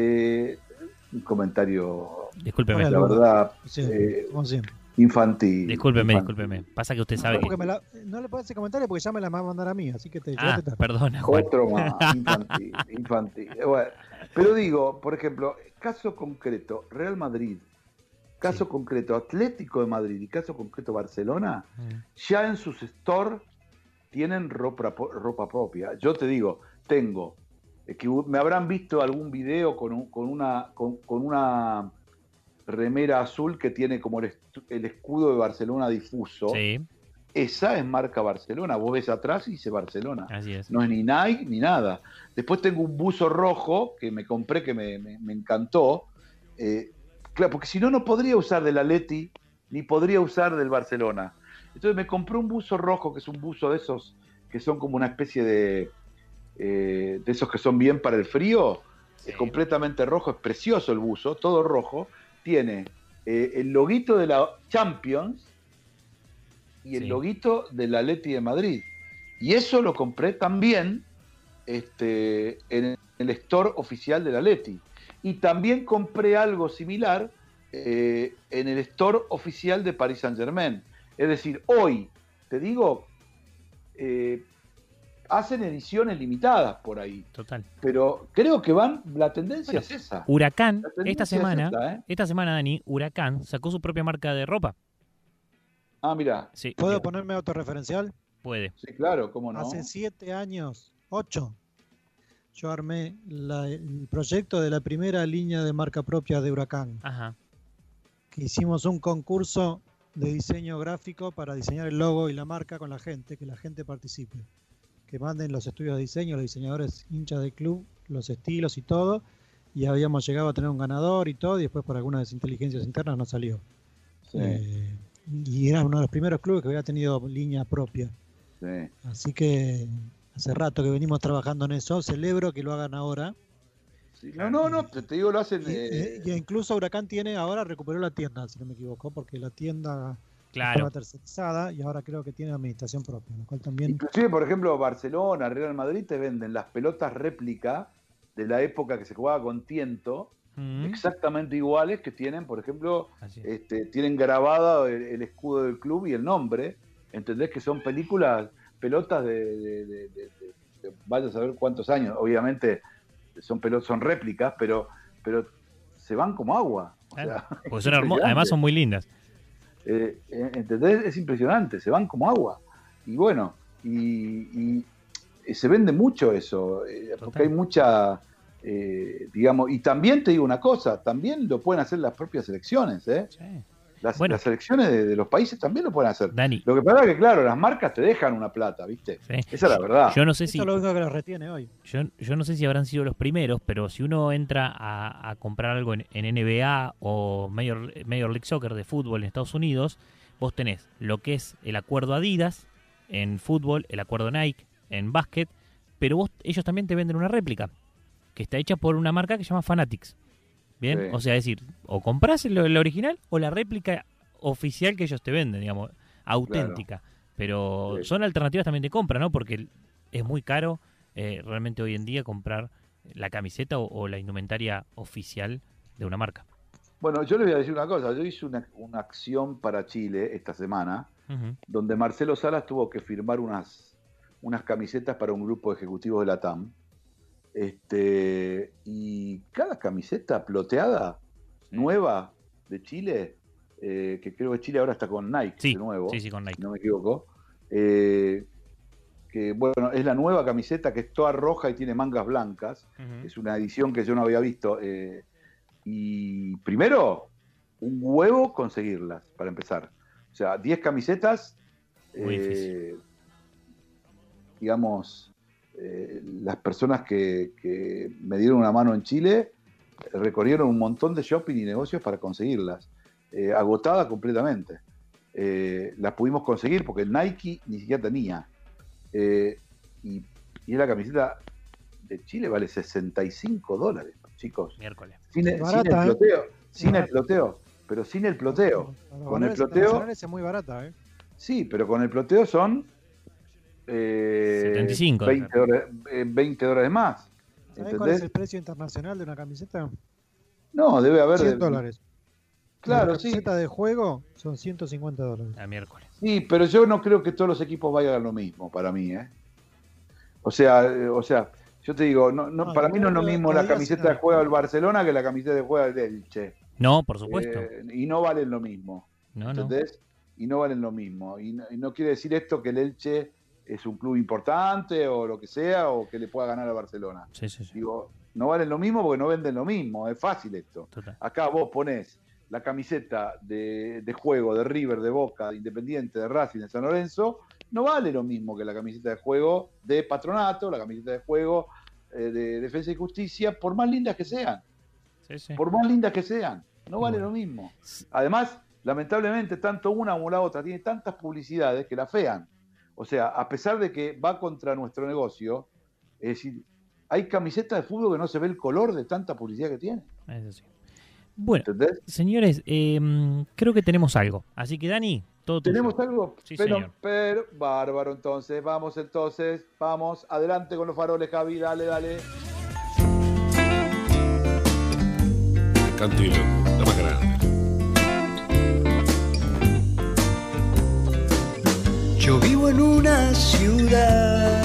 un comentario. Discúlpeme. La verdad, como siempre. Infantil. Discúlpeme. Pasa que usted sabe que... No le puedo hacer comentario porque ya me la va a mandar a mí, así que perdona, Juan. Otro más, infantil. Bueno, pero digo, por ejemplo, caso concreto, Real Madrid, caso concreto, Atlético de Madrid y caso concreto, Barcelona, ya en sus stores tienen ropa propia. Yo te digo, tengo... que me habrán visto algún video con una remera azul que tiene como el escudo de Barcelona difuso. Sí. Esa es marca Barcelona. Vos ves atrás y dice Barcelona. Así es. No es ni Nike ni nada. Después tengo un buzo rojo que me compré, que me encantó. Claro, porque si no podría usar del Atleti ni podría usar del Barcelona. Entonces me compré un buzo rojo, que es un buzo de esos que son como una especie de esos que son bien para el frío. Sí. Es completamente rojo, es precioso el buzo, todo rojo. Tiene el loguito de la Champions y el Sí. loguito del Atleti de Madrid. Y eso lo compré también en el store oficial del Atleti. Y también compré algo similar en el store oficial de Paris Saint-Germain. Es decir, hoy, te digo, hacen ediciones limitadas por ahí. Total. Pero creo que la tendencia es esa. Huracán, La tendencia esta semana, Dani, Huracán sacó su propia marca de ropa. Ah, mira. Sí, ¿Puedo ponerme autorreferencial? puede. Sí, claro, cómo no. Hace 7 años, 8, yo armé el proyecto de la primera línea de marca propia de Huracán. Ajá. Que hicimos un concurso de diseño gráfico para diseñar el logo y la marca con la gente, que la gente participe. Que manden los estudios de diseño, los diseñadores hinchas del club, los estilos y todo. Y habíamos llegado a tener un ganador y todo, y después por algunas inteligencias internas no salió. Sí, Y era uno de los primeros clubes que había tenido línea propia. sí. Así que hace rato que venimos trabajando en eso. Celebro que lo hagan ahora. Sí, no, te digo, lo hacen. Y incluso Huracán ahora recuperó la tienda, si no me equivoco, porque la tienda Claro. estaba tercerizada y ahora creo que tiene administración propia, lo cual también... Inclusive, por ejemplo, Barcelona, Real Madrid te venden las pelotas réplica de la época que se jugaba con tiento, exactamente iguales que tienen, por ejemplo, Así es. tienen grabado el escudo del club y el nombre. ¿Entendés? Que son pelotas de vaya a saber cuántos años. Obviamente son réplicas, pero se van como agua. O Claro. sea, Porque es son impresionante. además son muy lindas. ¿Entendés? Es impresionante, se van como agua. Y bueno, y se vende mucho eso, porque hay mucha, digamos, y también te digo una cosa, también lo pueden hacer las propias selecciones, ¿eh? Sí. Las Bueno. selecciones de los países también lo pueden hacer. Dani, Lo que pasa es que, claro, las marcas te dejan una plata, ¿viste? sí. Esa es la verdad. Yo no sé Esto si es lo único que los retiene hoy. yo no sé si habrán sido los primeros, pero si uno entra a comprar algo en NBA o Major League Soccer de fútbol en Estados Unidos, vos tenés lo que es el acuerdo Adidas en fútbol, el acuerdo Nike en básquet, pero ellos también te venden una réplica que está hecha por una marca que se llama Fanatics. Bien, Sí. o sea, es decir, o compras el original o la réplica oficial que ellos te venden, digamos, auténtica. Pero Sí. son alternativas también de compra, ¿no? Porque es muy caro realmente hoy en día comprar la camiseta o la indumentaria oficial de una marca. Bueno, yo les voy a decir una cosa. Yo hice una acción para Chile esta semana, Ujú. donde Marcelo Salas tuvo que firmar unas camisetas para un grupo de ejecutivos de la TAM. Y cada camiseta ploteada, nueva, de Chile, que creo que Chile ahora está con Nike Sí, de nuevo, sí, con Nike. si no me equivoco, que bueno, es la nueva camiseta que es toda roja y tiene mangas blancas. Ujú. Es una edición que yo no había visto. Y primero, un huevo conseguirlas, para empezar. O sea, 10 camisetas, Muy difícil. digamos, las personas que me dieron una mano en Chile recorrieron un montón de shopping y negocios para conseguirlas. Agotada completamente. Las pudimos conseguir porque el Nike ni siquiera tenía. Y es la camiseta de Chile, vale $65, chicos. Miércoles. Sin el Barata, ploteo, sin el Barata. ploteo, pero sin el ploteo. Para Con el valores ploteo, internacionales es muy barata, ¿eh? sí, pero con el ploteo son 75. $20 más. ¿Sabés cuál es el ¿Entendés? precio internacional de una camiseta? No, debe haber. $100. Claro, Una sí. camiseta de juego son $150. A miércoles. Sí, pero yo no creo que todos los equipos vayan a lo mismo, para mí, ¿eh? O sea, yo te digo, No, para mí no es lo mismo la todavía camiseta sí, de juego del Barcelona que la camiseta de juego del Elche. No, por supuesto. Y no valen lo mismo. No, no. ¿Entendés? Y no valen lo mismo. Y no quiere decir esto que el Elche es un club importante o lo que sea, o que le pueda ganar a Barcelona. Sí, sí, sí. Digo, no valen lo mismo porque no venden lo mismo. Es fácil esto. Total. Acá vos ponés la camiseta de juego de River, de Boca, de Independiente, de Racing, de San Lorenzo, no vale lo mismo que la camiseta de juego de Patronato, la camiseta de juego de Defensa y Justicia, por más lindas que sean. Sí, sí. Por más lindas que sean. No vale Bueno. lo mismo. Además, lamentablemente tanto una como la otra tiene tantas publicidades que la fean. O sea, a pesar de que va contra nuestro negocio, es decir, hay camisetas de fútbol que no se ve el color de tanta publicidad que tiene. Eso sí. Bueno, ¿Entendés? señores, creo que tenemos algo. Así que, Dani, todo tuyo. ¿Tenemos algo? Sí, señor. Pero, bárbaro, entonces, vamos, adelante con los faroles, Javi, dale. Cantilo, la más grande. Yo vivo en una ciudad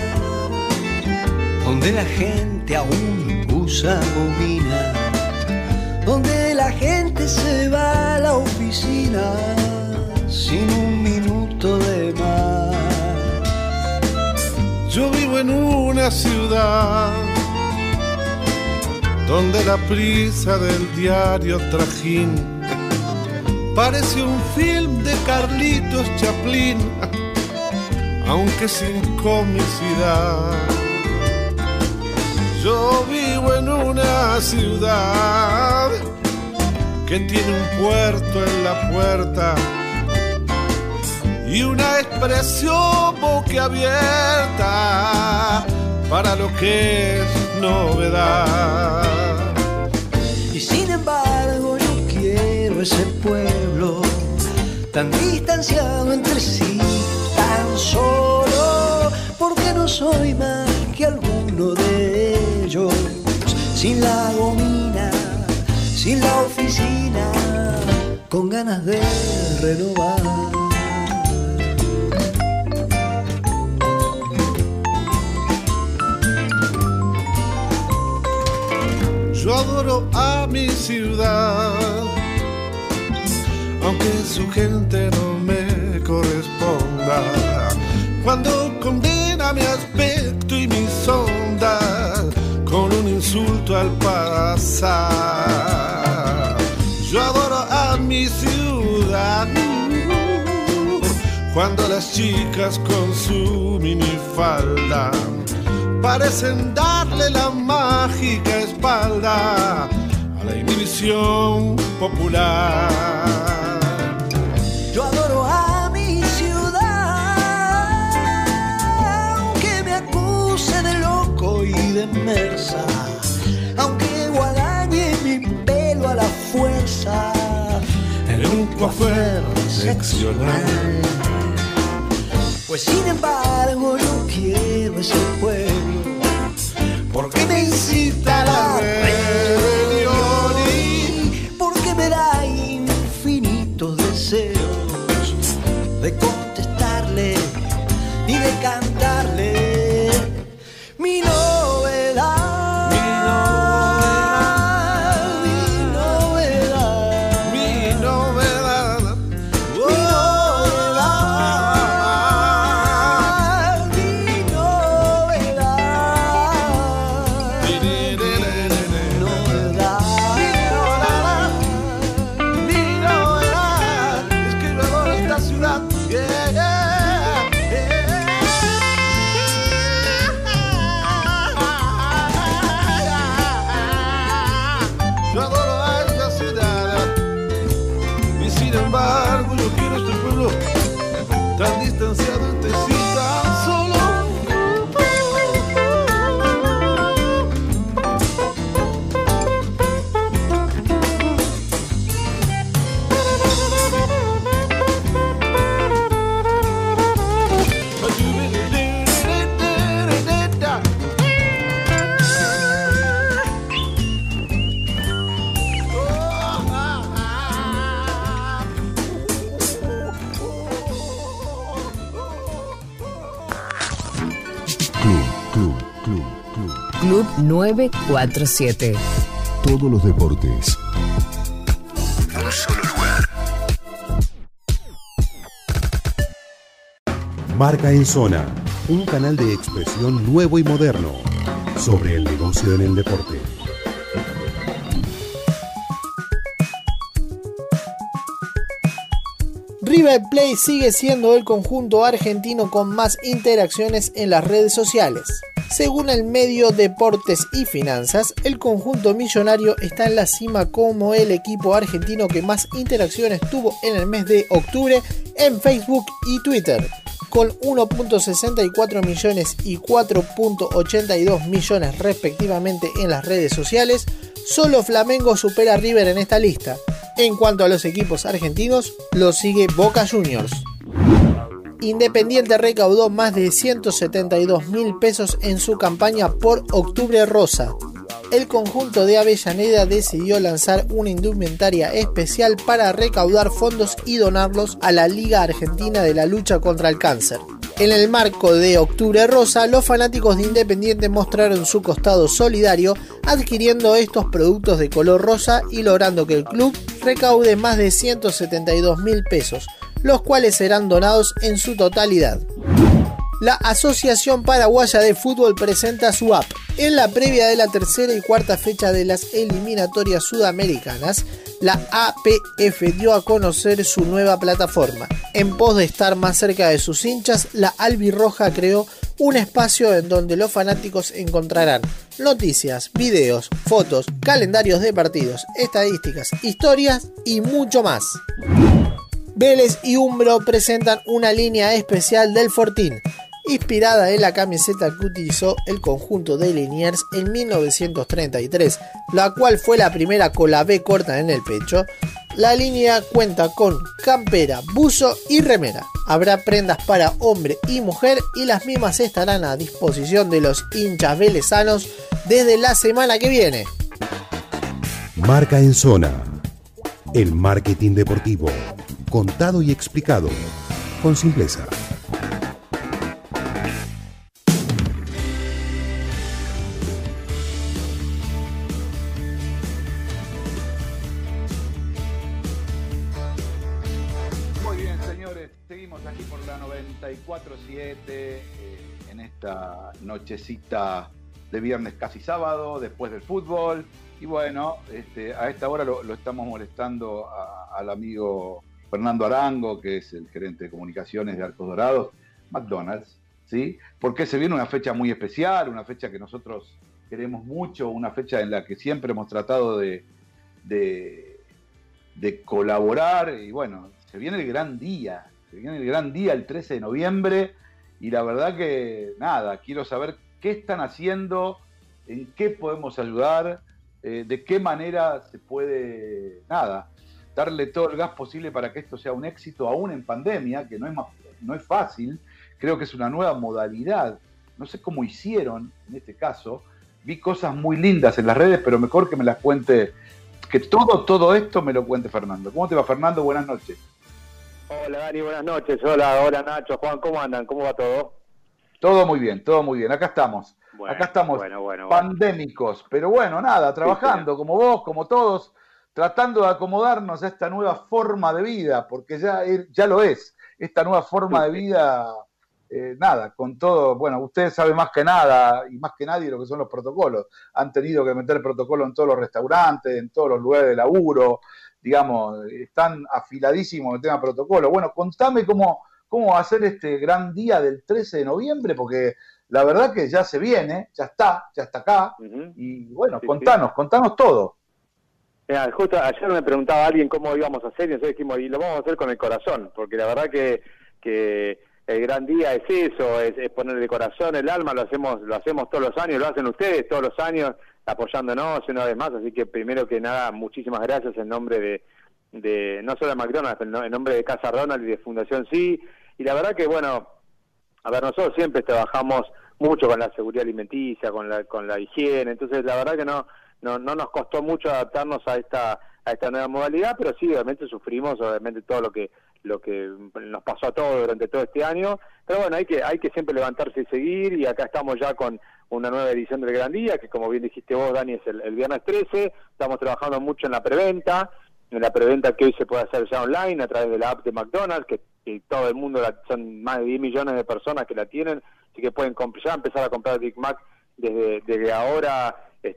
donde la gente aún usa bobina, donde la gente se va a la oficina sin un minuto de más. Yo vivo en una ciudad donde la prisa del diario Trajín parece un film de Carlitos Chaplin, aunque sin comicidad. Yo vivo en una ciudad que tiene un puerto en la puerta y una expresión boquiabierta para lo que es novedad. Y sin embargo yo quiero ese pueblo tan distanciado entre sí, tan solo, porque no soy más que alguno de ellos, sin la gomina, sin la oficina, con ganas de renovar. Yo adoro a mi ciudad, aunque su gente no me corresponda. Cuando condena mi aspecto y mis ondas con un insulto al pasar. Yo adoro a mi ciudad, cuando las chicas con su minifalda parecen darle la mágica espalda a la inhibición popular. Yo adoro a mi ciudad, aunque me acuse de loco y de merza, aunque guadañe mi pelo a la fuerza En un coafer seccional. Pues sin embargo yo quiero ese pueblo, porque me incita a la rebelión y porque me da infinitos deseos de contestarle y de cantarle mi novedad, mi novedad, mi novedad, mi novedad, mi novedad, mi novedad. Es que yo adoro esta ciudad. Yo adoro a esta ciudad. Y sin embargo yo quiero este pueblo tan distanciado entre sí, tan solo. Club 947. Todos los deportes. Un solo lugar. Marca en Zona, un canal de expresión nuevo y moderno sobre el negocio en el deporte. River Plate sigue siendo el conjunto argentino con más interacciones en las redes sociales. Según el medio Deportes y Finanzas, el conjunto millonario está en la cima como el equipo argentino que más interacciones tuvo en el mes de octubre en Facebook y Twitter, con 1.64 millones y 4.82 millones respectivamente en las redes sociales. Solo Flamengo supera a River en esta lista. En cuanto a los equipos argentinos, lo sigue Boca Juniors. Independiente recaudó más de 172.000 pesos en su campaña por Octubre Rosa. El conjunto de Avellaneda decidió lanzar una indumentaria especial para recaudar fondos y donarlos a la Liga Argentina de la Lucha contra el Cáncer. En el marco de Octubre Rosa, los fanáticos de Independiente mostraron su costado solidario adquiriendo estos productos de color rosa y logrando que el club recaude más de 172.000 pesos, los cuales serán donados en su totalidad. La Asociación Paraguaya de Fútbol presenta su app. En la previa de la tercera y cuarta fecha de las eliminatorias sudamericanas, la APF dio a conocer su nueva plataforma. En pos de estar más cerca de sus hinchas, la albirroja creó un espacio en donde los fanáticos encontrarán noticias, videos, fotos, calendarios de partidos, estadísticas, historias y mucho más. Vélez y Umbro presentan una línea especial del Fortín, inspirada en la camiseta que utilizó el conjunto de Liniers en 1933, la cual fue la primera con la B corta en el pecho. La línea cuenta con campera, buzo y remera. Habrá prendas para hombre y mujer y las mismas estarán a disposición de los hinchas velezanos desde la semana que viene. Marca en Zona. El marketing deportivo, contado y explicado con simpleza. Aquí por la 94.7 en esta nochecita de viernes casi sábado, después del fútbol. Y bueno, a esta hora lo estamos molestando al amigo Fernando Arango, que es el gerente de comunicaciones de Arcos Dorados, McDonald's, ¿sí? Porque se viene una fecha muy especial, una fecha que nosotros queremos mucho, una fecha en la que siempre hemos tratado de colaborar. Y bueno, se viene el gran día. Se viene el gran día, el 13 de noviembre, y la verdad que, nada, quiero saber qué están haciendo, en qué podemos ayudar, de qué manera se puede, nada, darle todo el gas posible para que esto sea un éxito, aún en pandemia, que no es fácil. Creo que es una nueva modalidad. No sé cómo hicieron en este caso. Vi cosas muy lindas en las redes, pero mejor que me las cuente, que todo esto me lo cuente Fernando. ¿Cómo te va, Fernando? Buenas noches. Hola Dani, buenas noches. Hola Nacho, Juan, ¿cómo andan? ¿Cómo va todo? Todo muy bien. Acá estamos. Bueno. Pandémicos, pero bueno, nada, trabajando como vos, como todos, tratando de acomodarnos a esta nueva forma de vida, porque ya lo es, esta nueva forma de vida, nada, con todo, bueno, ustedes saben más que nada y más que nadie lo que son los protocolos. Han tenido que meter protocolo en todos los restaurantes, en todos los lugares de laburo. Digamos, están afiladísimos el tema protocolo. Bueno, contame cómo va a ser este gran día del 13 de noviembre, porque la verdad que ya se viene, ya está acá, y bueno, contanos todo. Mira, justo ayer me preguntaba alguien cómo íbamos a hacer, y nosotros dijimos, y lo vamos a hacer con el corazón, porque la verdad que el gran día es eso, es ponerle corazón, el alma, lo hacemos todos los años, lo hacen ustedes todos los años, apoyándonos una vez más, así que primero que nada, muchísimas gracias en nombre de no solo de McDonald's, pero en nombre de Casa Ronald y de Fundación Sí, y la verdad que bueno, a ver, nosotros siempre trabajamos mucho con la seguridad alimenticia, con la higiene, entonces la verdad que no nos costó mucho adaptarnos a esta nueva modalidad, pero sí, obviamente sufrimos, obviamente todo lo que nos pasó a todos durante todo este año, pero bueno, hay que siempre levantarse y seguir, y acá estamos ya con una nueva edición del Gran Día, que como bien dijiste vos, Dani, es el viernes 13, estamos trabajando mucho en la preventa que hoy se puede hacer ya online a través de la app de McDonald's, que todo el mundo, son más de 10 millones de personas que la tienen, así que pueden ya empezar a comprar Big Mac desde ahora,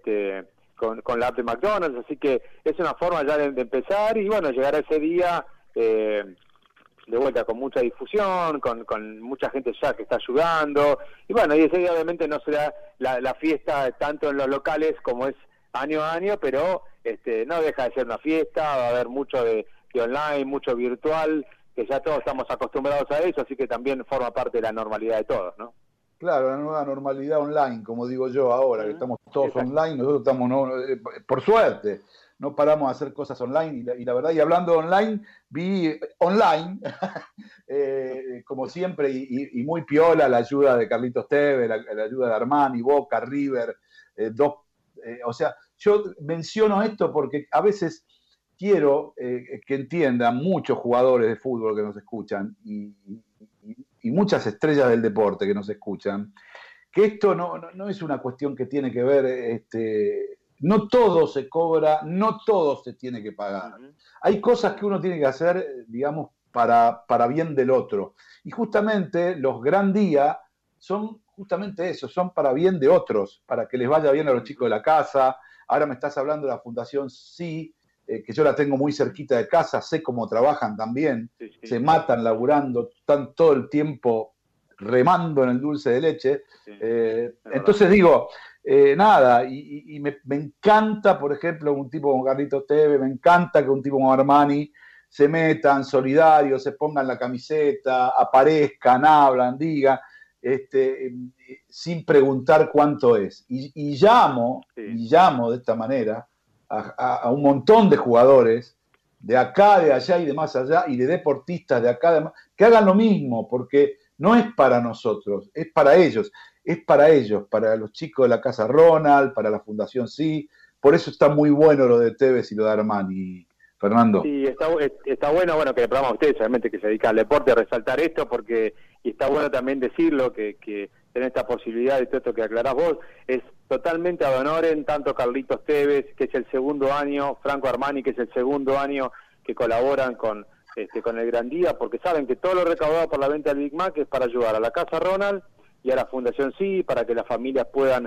con la app de McDonald's, así que es una forma ya de empezar, y bueno, llegar a ese día de vuelta con mucha difusión, con mucha gente ya que está ayudando, y bueno, y ese día obviamente no será la fiesta tanto en los locales como es año a año, pero no deja de ser una fiesta, va a haber mucho de online, mucho virtual, que ya todos estamos acostumbrados a eso, así que también forma parte de la normalidad de todos, ¿no? Claro, la nueva normalidad online, como digo yo ahora, que estamos todos online, nosotros estamos, por suerte, no paramos de hacer cosas online, y la verdad, y hablando de online, vi online, como siempre, y muy piola la ayuda de Carlitos Tevez, la ayuda de Armani, Boca, River, o sea, yo menciono esto porque a veces quiero que entiendan muchos jugadores de fútbol que nos escuchan, y muchas estrellas del deporte que nos escuchan, que esto no es una cuestión que tiene que ver, no todo se cobra, no todo se tiene que pagar. Hay cosas que uno tiene que hacer, digamos, para bien del otro. Y justamente los gran días son justamente eso, son para bien de otros, para que les vaya bien a los chicos de la casa. Ahora me estás hablando de la Fundación Sí, que yo la tengo muy cerquita de casa, sé cómo trabajan también, se matan laburando, están todo el tiempo remando en el dulce de leche. Entonces digo, nada, y me encanta, por ejemplo, un tipo como Carlitos Tevez, me encanta que un tipo como Armani se metan solidarios, se pongan la camiseta, aparezcan, hablan, digan, sin preguntar cuánto es. Y llamo de esta manera a un montón de jugadores de acá, de allá y de más allá, y de deportistas de acá, de más, que hagan lo mismo, porque no es para nosotros, es para ellos, para los chicos de la Casa Ronald, para la Fundación Sí. Por eso está muy bueno lo de Tevez y lo de Armani, Fernando. Sí, está bueno que le programa a ustedes, obviamente, que se dedica al deporte, a resaltar esto, porque, y está bueno también decirlo, que tener esta posibilidad de todo esto que aclarás vos, es totalmente ad honorem, tanto Carlitos Tevez, que es el segundo año, Franco Armani, que es el segundo año que colaboran con el Gran Día, porque saben que todo lo recaudado por la venta del Big Mac es para ayudar a la Casa Ronald y a la Fundación Sí, para que las familias puedan,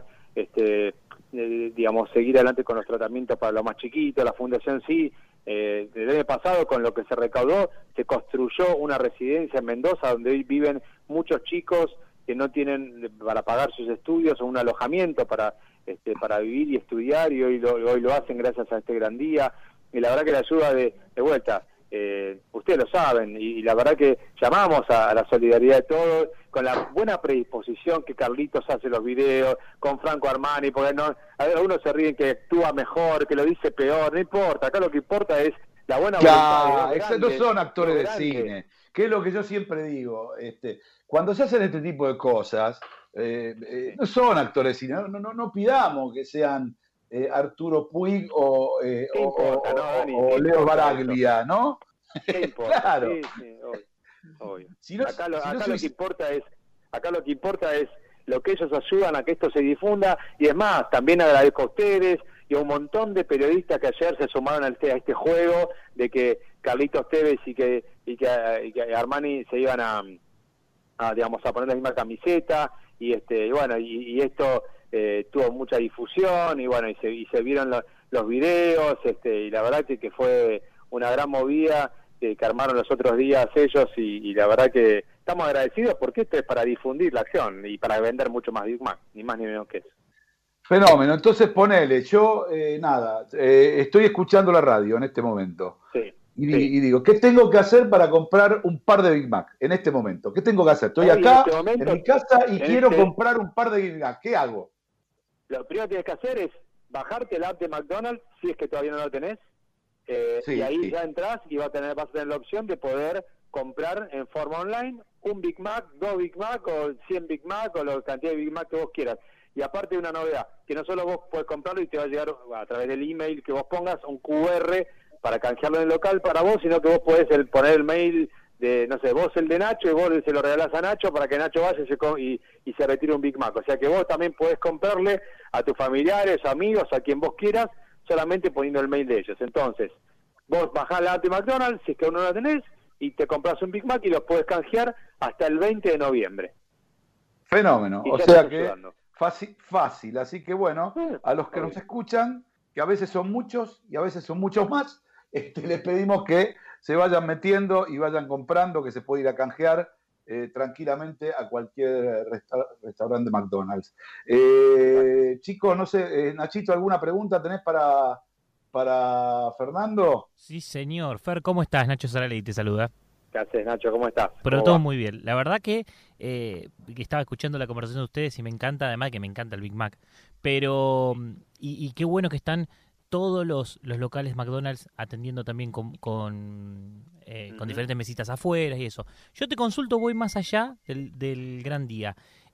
digamos, seguir adelante con los tratamientos para los más chiquitos. La Fundación Sí, el año pasado, con lo que se recaudó, se construyó una residencia en Mendoza, donde hoy viven muchos chicos que no tienen para pagar sus estudios o un alojamiento para vivir y estudiar, y hoy lo hacen gracias a este Gran Día. Y la verdad que la ayuda de vuelta, ustedes lo saben, y la verdad que llamamos a la solidaridad de todos, con la buena predisposición que Carlitos hace los videos, con Franco Armani, porque algunos se ríen que actúa mejor, que lo dice peor, no importa, acá lo que importa es la buena voluntad. Claro, no son actores de cine, que es lo que yo siempre digo, cuando se hacen este tipo de cosas, no son actores de cine, no pidamos que sean Arturo Puig o Leo Baraglia, ¿no? Claro. Sí, obvio. Acá lo que importa es lo que ellos ayudan a que esto se difunda, y es más, también agradezco a ustedes y a un montón de periodistas que ayer se sumaron a este juego de que Carlitos Tevez y que Armani se iban a poner la misma camiseta, y bueno, y esto tuvo mucha difusión, y bueno, y se vieron los videos, y la verdad que fue una gran movida que armaron los otros días ellos, y la verdad que estamos agradecidos, porque esto es para difundir la acción y para vender mucho más Big Mac, ni más ni menos que eso. Fenómeno. Entonces ponele, yo estoy escuchando la radio en este momento. Sí. Y digo, ¿qué tengo que hacer para comprar un par de Big Mac en este momento? ¿Qué tengo que hacer? Estoy acá en mi casa y quiero comprar un par de Big Mac. ¿Qué hago? Lo primero que tienes que hacer es bajarte la app de McDonald's, si es que todavía no lo tenés, y ahí ya entras y vas a tener la opción de poder comprar en forma online un Big Mac, 2 Big Mac o 100 Big Mac o la cantidad de Big Mac que vos quieras. Y aparte de una novedad, que no solo vos podés comprarlo y te va a llegar a través del email que vos pongas un QR para canjearlo en el local para vos, sino que vos podés poner el mail de, no sé, vos el de Nacho, y vos se lo regalás a Nacho para que Nacho vaya y se retire un Big Mac. O sea que vos también podés comprarle a tus familiares, amigos, a quien vos quieras, solamente poniendo el mail de ellos. Entonces, vos bajás la app de McDonald's, si es que aún no la tenés, y te compras un Big Mac y los podés canjear hasta el 20 de noviembre. Fenómeno. O sea que fácil. Así que bueno, a los que nos escuchan, que a veces son muchos y a veces son muchos más, les pedimos que se vayan metiendo y vayan comprando, que se puede ir a canjear tranquilamente a cualquier restaurante de McDonald's. Chicos, no sé, Nachito, ¿alguna pregunta tenés para Fernando? Sí, señor. Fer, ¿cómo estás? Nacho Saraley te saluda. ¿Qué haces, Nacho? ¿Cómo estás? Pero todo muy bien. La verdad que estaba escuchando la conversación de ustedes y me encanta, además que me encanta el Big Mac. Pero, y qué bueno que están todos los locales McDonald's atendiendo también con diferentes mesitas afuera y eso. Yo te consulto, voy más allá del gran día.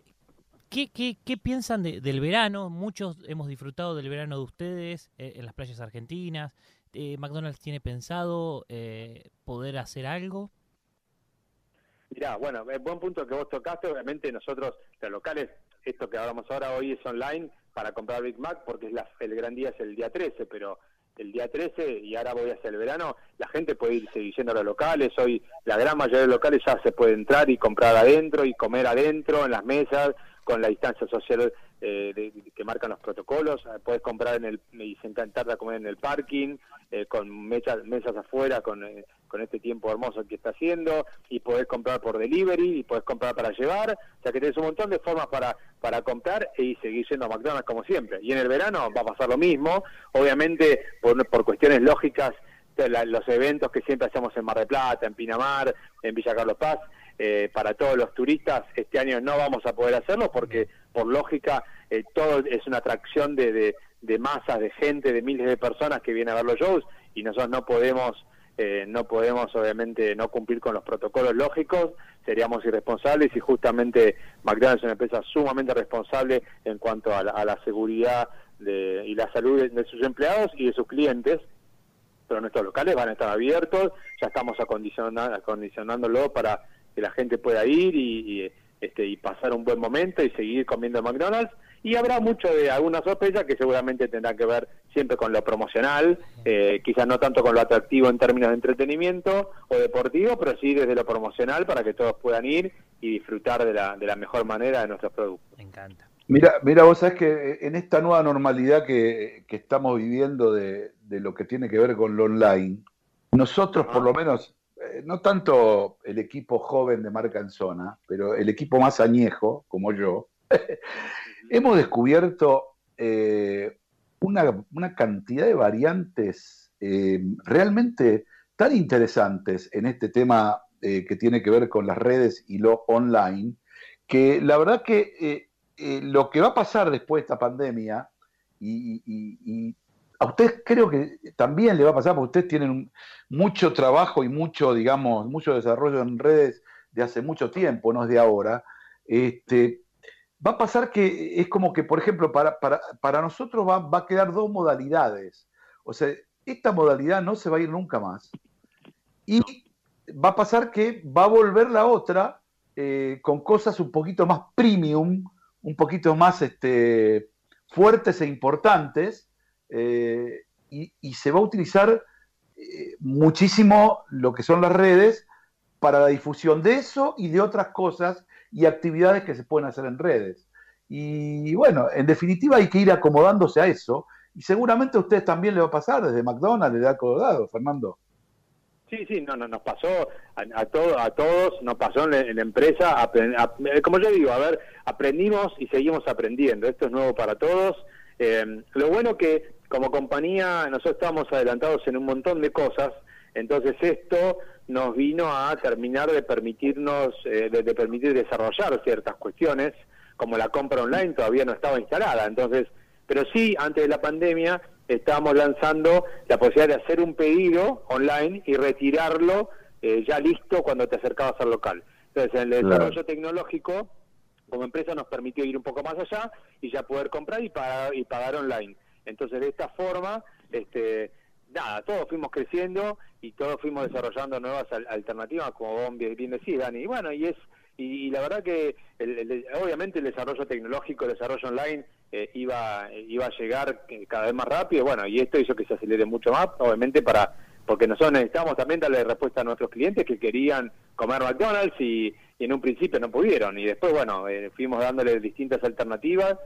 ¿Qué piensan del verano? Muchos hemos disfrutado del verano de ustedes en las playas argentinas. ¿McDonald's tiene pensado poder hacer algo? Mirá, bueno, buen punto que vos tocaste. Obviamente nosotros, los locales, esto que hablamos ahora hoy es online para comprar Big Mac porque el gran día es el día 13, pero el día 13 y ahora voy hacia el verano, la gente puede ir yendo a los locales. Hoy la gran mayoría de los locales ya se puede entrar y comprar adentro y comer adentro en las mesas con la distancia social que marcan los protocolos. Puedes comprar y sentarte a comer en el parking con mesas afuera con este tiempo hermoso que está haciendo, y podés comprar por delivery y podés comprar para llevar, o sea que tenés un montón de formas para comprar y seguir yendo a McDonald's como siempre. Y en el verano va a pasar lo mismo, obviamente por cuestiones lógicas, los eventos que siempre hacemos en Mar del Plata, en Pinamar, en Villa Carlos Paz, para todos los turistas, este año no vamos a poder hacerlo porque por lógica todo es una atracción de masas de gente, de miles de personas que vienen a ver los shows, y nosotros no podemos obviamente no cumplir con los protocolos lógicos, seríamos irresponsables, y justamente McDonald's es una empresa sumamente responsable en cuanto a la seguridad y la salud de sus empleados y de sus clientes. Pero nuestros locales van a estar abiertos, ya estamos acondicionándolo para que la gente pueda ir y pasar un buen momento y seguir comiendo en McDonald's. Y habrá mucho de alguna sorpresa que seguramente tendrá que ver siempre con lo promocional, quizás no tanto con lo atractivo en términos de entretenimiento o deportivo, pero sí desde lo promocional para que todos puedan ir y disfrutar de la mejor manera de nuestros productos. Me encanta. Mira, vos sabés que en esta nueva normalidad que estamos viviendo de lo que tiene que ver con lo online, nosotros por lo menos, no tanto el equipo joven de Marca en Zona, pero el equipo más añejo, como yo, hemos descubierto una cantidad de variantes realmente tan interesantes en este tema que tiene que ver con las redes y lo online, que la verdad que lo que va a pasar después de esta pandemia, y a ustedes creo que también le va a pasar, porque ustedes tienen mucho trabajo y mucho desarrollo en redes de hace mucho tiempo, no es de ahora, va a pasar que es como que, por ejemplo, para nosotros va a quedar dos modalidades. O sea, esta modalidad no se va a ir nunca más. Y va a pasar que va a volver la otra con cosas un poquito más premium, un poquito más fuertes e importantes, y se va a utilizar muchísimo lo que son las redes para la difusión de eso y de otras cosas y actividades que se pueden hacer en redes. Y bueno, en definitiva hay que ir acomodándose a eso, y seguramente a ustedes también le va a pasar desde McDonald's, desde Arco Dorado, Fernando. Sí, nos pasó a todos, nos pasó en la empresa, como yo digo, aprendimos y seguimos aprendiendo, esto es nuevo para todos. Lo bueno que como compañía nosotros estamos adelantados en un montón de cosas, entonces esto nos vino a terminar de permitir desarrollar ciertas cuestiones, como la compra online todavía no estaba instalada, entonces, pero sí, antes de la pandemia estábamos lanzando la posibilidad de hacer un pedido online y retirarlo ya listo cuando te acercabas al local. Entonces, en el desarrollo tecnológico, como empresa nos permitió ir un poco más allá y ya poder comprar y pagar online. Entonces, de esta forma, todos fuimos creciendo y todos fuimos desarrollando nuevas alternativas, como vos bien decís, Dani. Y bueno, y la verdad que obviamente el desarrollo tecnológico, el desarrollo online iba a llegar cada vez más rápido, bueno, y esto hizo que se acelere mucho más, obviamente porque nosotros necesitamos también darle respuesta a nuestros clientes que querían comer McDonald's y en un principio no pudieron, y después, bueno, fuimos dándole distintas alternativas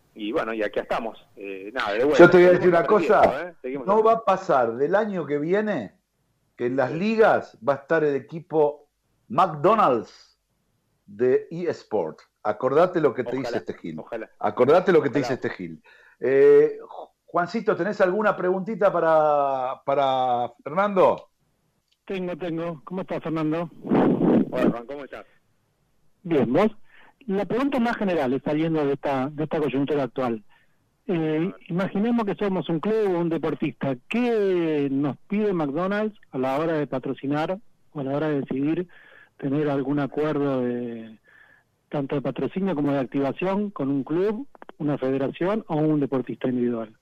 y bueno, y aquí estamos. Nada, de vuelta. Yo te voy a decir una cosa, no va a pasar del año que viene que en las ligas va a estar el equipo McDonald's de eSport. Acordate lo que te dice este Gil. Acordate lo que te dice este Gil. Juancito, ¿tenés alguna preguntita para Fernando? Tengo. ¿Cómo estás, Fernando? Hola, Juan, ¿cómo estás? Bien, ¿vos? La pregunta más general, saliendo de esta coyuntura actual. Imaginemos que somos un club o un deportista. ¿Qué nos pide McDonald's a la hora de patrocinar o a la hora de decidir tener algún acuerdo tanto de patrocinio como de activación con un club, una federación o un deportista individual?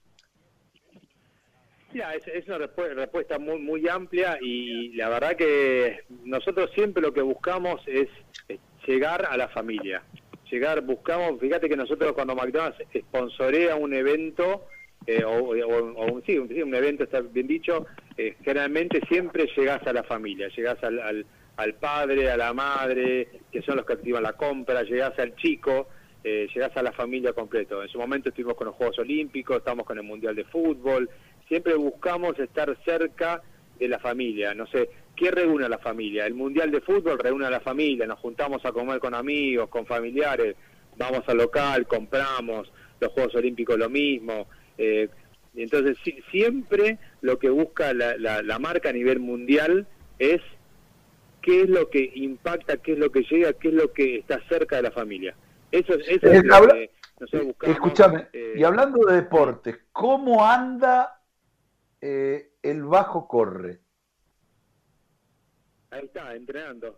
Ya, es una respuesta muy, muy amplia, y la verdad que nosotros siempre lo que buscamos es llegar a la familia. Fíjate que nosotros cuando McDonald's sponsorea un evento, un evento, está bien dicho, generalmente siempre llegás a la familia, llegás al padre, a la madre, que son los que activan la compra, llegás al chico, llegás a la familia completo. En su momento estuvimos con los Juegos Olímpicos, estamos con el Mundial de Fútbol, siempre buscamos estar cerca de la familia. No sé, ¿qué reúne a la familia? El Mundial de Fútbol reúne a la familia, nos juntamos a comer con amigos, con familiares, vamos al local, compramos, los Juegos Olímpicos lo mismo. Entonces, siempre lo que busca la marca a nivel mundial es qué es lo que impacta, qué es lo que llega, qué es lo que está cerca de la familia. Eso es lo que nosotros buscamos. Escúchame, y hablando de deportes, ¿cómo anda el bajo corre? Ahí está, entrenando.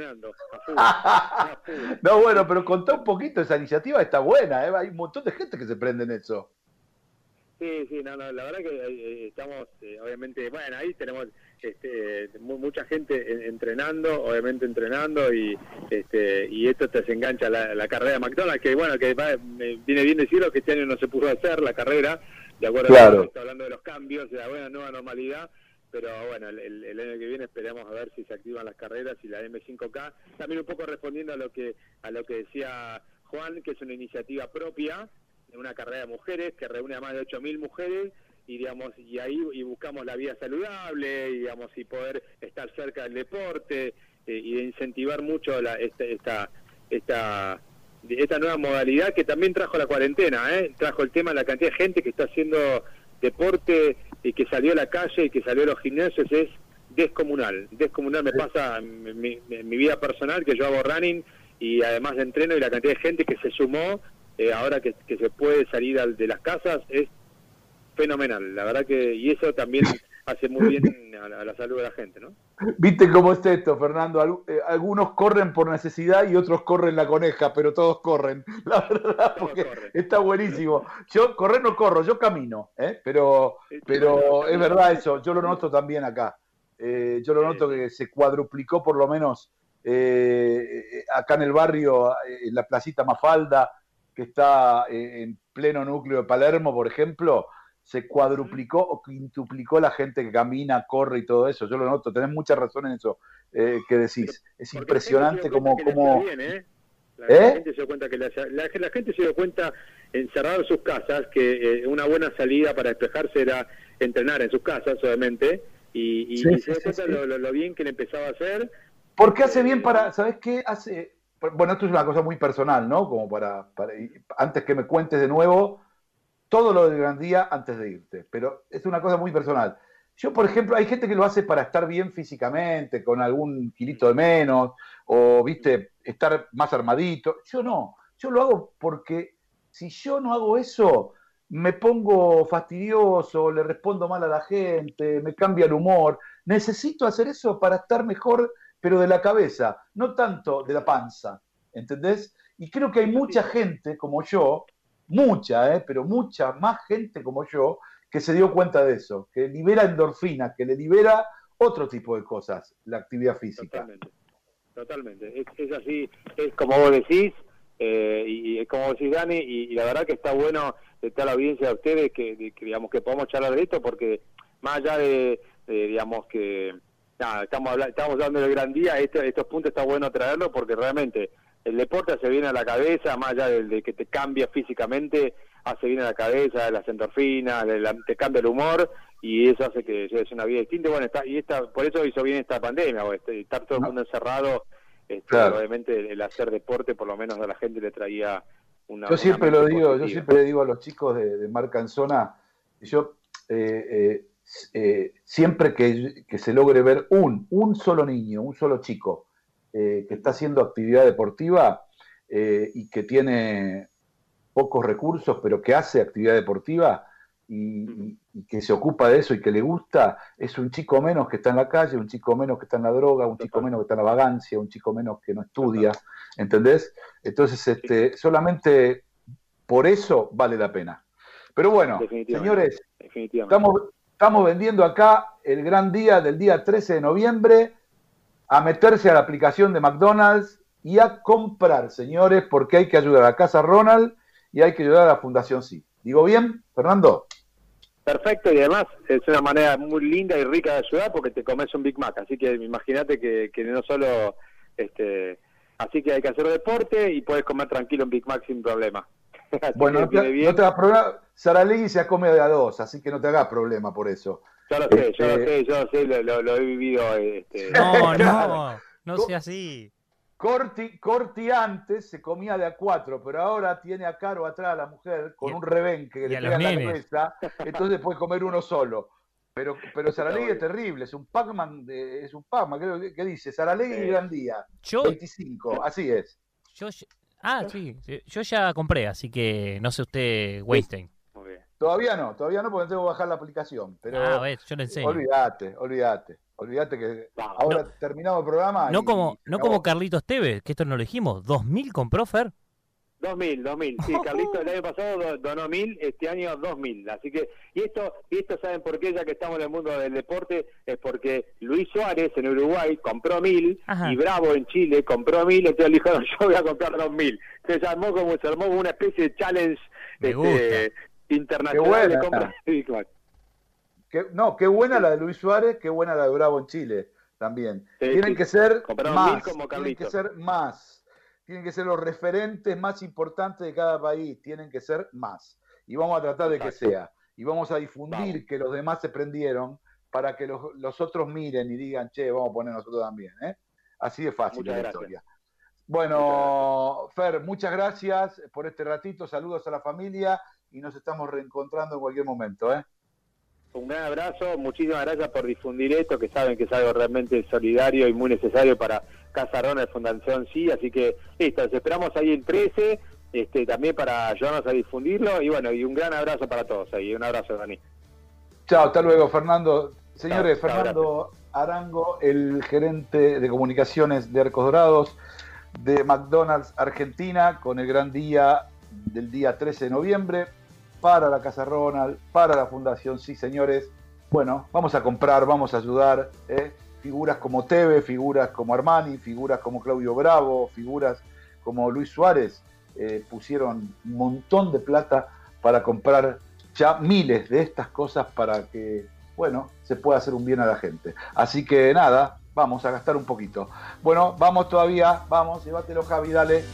No, bueno, pero contá un poquito, esa iniciativa está buena, hay un montón de gente que se prende en eso. Sí, no, la verdad que estamos, obviamente, bueno, ahí tenemos mucha gente entrenando y esto te engancha la carrera de McDonald's, que bueno, que viene bien decirlo que este año no se pudo hacer la carrera, de acuerdo a lo que está hablando de los cambios, de la buena nueva normalidad, pero bueno, el año que viene esperamos a ver si se activan las carreras y la M5K, también un poco respondiendo a lo que decía Juan, que es una iniciativa propia, una carrera de mujeres que reúne a más de 8.000 mujeres y ahí buscamos la vida saludable y poder estar cerca del deporte y de incentivar mucho esta nueva modalidad que también trajo la cuarentena, trajo el tema de la cantidad de gente que está haciendo deporte y que salió a la calle y que salió a los gimnasios. Es descomunal me pasa en mi vida personal, que yo hago running y además de entreno, y la cantidad de gente que se sumó ahora que se puede salir de las casas es fenomenal, la verdad que, y eso también hace muy bien a la salud de la gente, ¿no? ¿Viste cómo es esto, Fernando? Algunos corren por necesidad y otros corren la coneja, pero todos corren, la verdad, porque está buenísimo. Yo correr no corro, yo camino, pero es verdad eso, yo lo noto también acá. Yo lo noto que se cuadruplicó por lo menos acá en el barrio, en la placita Mafalda, que está en pleno núcleo de Palermo, por ejemplo, se cuadruplicó o quintuplicó la gente que camina, corre y todo eso. Yo lo noto, tenés mucha razón en eso que decís. Es impresionante como... La gente se dio cuenta que la gente se dio cuenta, encerrado en sus casas, que una buena salida para despejarse era entrenar en sus casas, obviamente, y se dio cuenta lo bien que le empezaba a hacer. Porque hace bien ¿sabés qué? Bueno, esto es una cosa muy personal, ¿no? Como para antes que me cuentes de nuevo todo lo del Gran Día antes de irte, pero es una cosa muy personal. Yo, por ejemplo, hay gente que lo hace para estar bien físicamente, con algún kilito de menos, o, viste, estar más armadito. Yo no, yo lo hago porque si yo no hago eso, me pongo fastidioso, le respondo mal a la gente, me cambia el humor. Necesito hacer eso para estar mejor, pero de la cabeza, no tanto de la panza, ¿entendés? Y creo que hay mucha gente como yo, pero mucha más gente como yo, que se dio cuenta de eso, que libera endorfinas, que le libera otro tipo de cosas, la actividad física. Totalmente. Es así, es como vos decís, y es como decís, Dani, y la verdad que está bueno estar la audiencia de ustedes, que digamos que podamos charlar de esto, porque más allá de digamos que nada, estamos hablando del Gran Día, estos puntos está bueno traerlos porque realmente el deporte se viene a la cabeza, más allá de que te cambia físicamente, hace bien a la cabeza, las endorfinas, te cambia el humor, y eso hace que lleves una vida distinta. Bueno, por eso hizo bien esta pandemia, estar todo el mundo encerrado, claro. Obviamente el hacer deporte por lo menos a la gente le traía una... Yo siempre lo digo, yo siempre le digo a los chicos de Marca en Zona, yo siempre que se logre ver un solo niño, un solo chico que está haciendo actividad deportiva y que tiene pocos recursos, pero que hace actividad deportiva y que se ocupa de eso y que le gusta, es un chico menos que está en la calle, un chico menos que está en la droga, un chico menos que está en la vagancia, un chico menos que no estudia, ¿entendés? Entonces, solamente por eso vale la pena. Pero bueno, señores, estamos vendiendo acá el gran día del día 13 de noviembre, a meterse a la aplicación de McDonald's y a comprar, señores, porque hay que ayudar a Casa Ronald y hay que ayudar a la Fundación Sí. ¿Digo bien, Fernando? Perfecto, y además es una manera muy linda y rica de ayudar porque te comes un Big Mac, así que imagínate que no solo... así que hay que hacer deporte y puedes comer tranquilo un Big Mac sin problema. Bueno, no te hagas problema. Saralegui se come de a dos, así que no te hagas problema por eso. Yo lo sé, lo he vivido. No sea así. Corti antes se comía de a 4, pero ahora tiene a Caro atrás a la mujer con un rebenque que le pega en la cabeza, entonces puede comer uno solo. Pero Saralegui es terrible, es un Pac-Man, creo que dice, Saralegui Gran Día, 25, así es. Sí, yo ya compré, así que no sé usted, Weinstein. Todavía no, porque tengo que bajar la aplicación, pero yo le enseño. Olvídate que ahora terminamos el programa. No como Carlitos Tevez, que esto no lo dijimos, 2.000 compró, Fer. 2.000, sí, Carlitos el año pasado donó 1.000, este año 2.000, así que, y esto saben por qué, ya que estamos en el mundo del deporte, es porque Luis Suárez en Uruguay compró 1.000, y Bravo en Chile compró 1.000, entonces le dijeron, yo voy a comprar 2.000, se armó como una especie de challenge internacional de compra. Qué buena la de Luis Suárez, qué buena la de Bravo en Chile también. Tienen que ser más, tienen que ser los referentes más importantes de cada país, tienen que ser más. Y vamos a tratar de que sea. Y vamos a difundir que los demás se prendieron para que los otros miren y digan, che, vamos a poner nosotros también. Así de fácil la historia. Bueno, Fer, muchas gracias por este ratito, saludos a la familia y nos estamos reencontrando en cualquier momento. Un gran abrazo, muchísimas gracias por difundir esto, que saben que es algo realmente solidario y muy necesario para Casa Ronald Fundación Sí, así que listo, los esperamos ahí el 13, también para ayudarnos a difundirlo, y bueno, y un gran abrazo para todos ahí, un abrazo, Dani. Chao, hasta luego, Fernando. Señores, Fernando Arango, el gerente de comunicaciones de Arcos Dorados de McDonald's Argentina, con el gran día del día 13 de noviembre, para la Casa Ronald, para la Fundación Sí, señores. Bueno, vamos a comprar, vamos a ayudar. Figuras como Teve, figuras como Armani, figuras como Claudio Bravo, figuras como Luis Suárez, pusieron un montón de plata para comprar ya miles de estas cosas para que, bueno, se pueda hacer un bien a la gente. Así que nada, vamos a gastar un poquito. Bueno, vamos todavía, vamos, llévatelo, Javi, dale.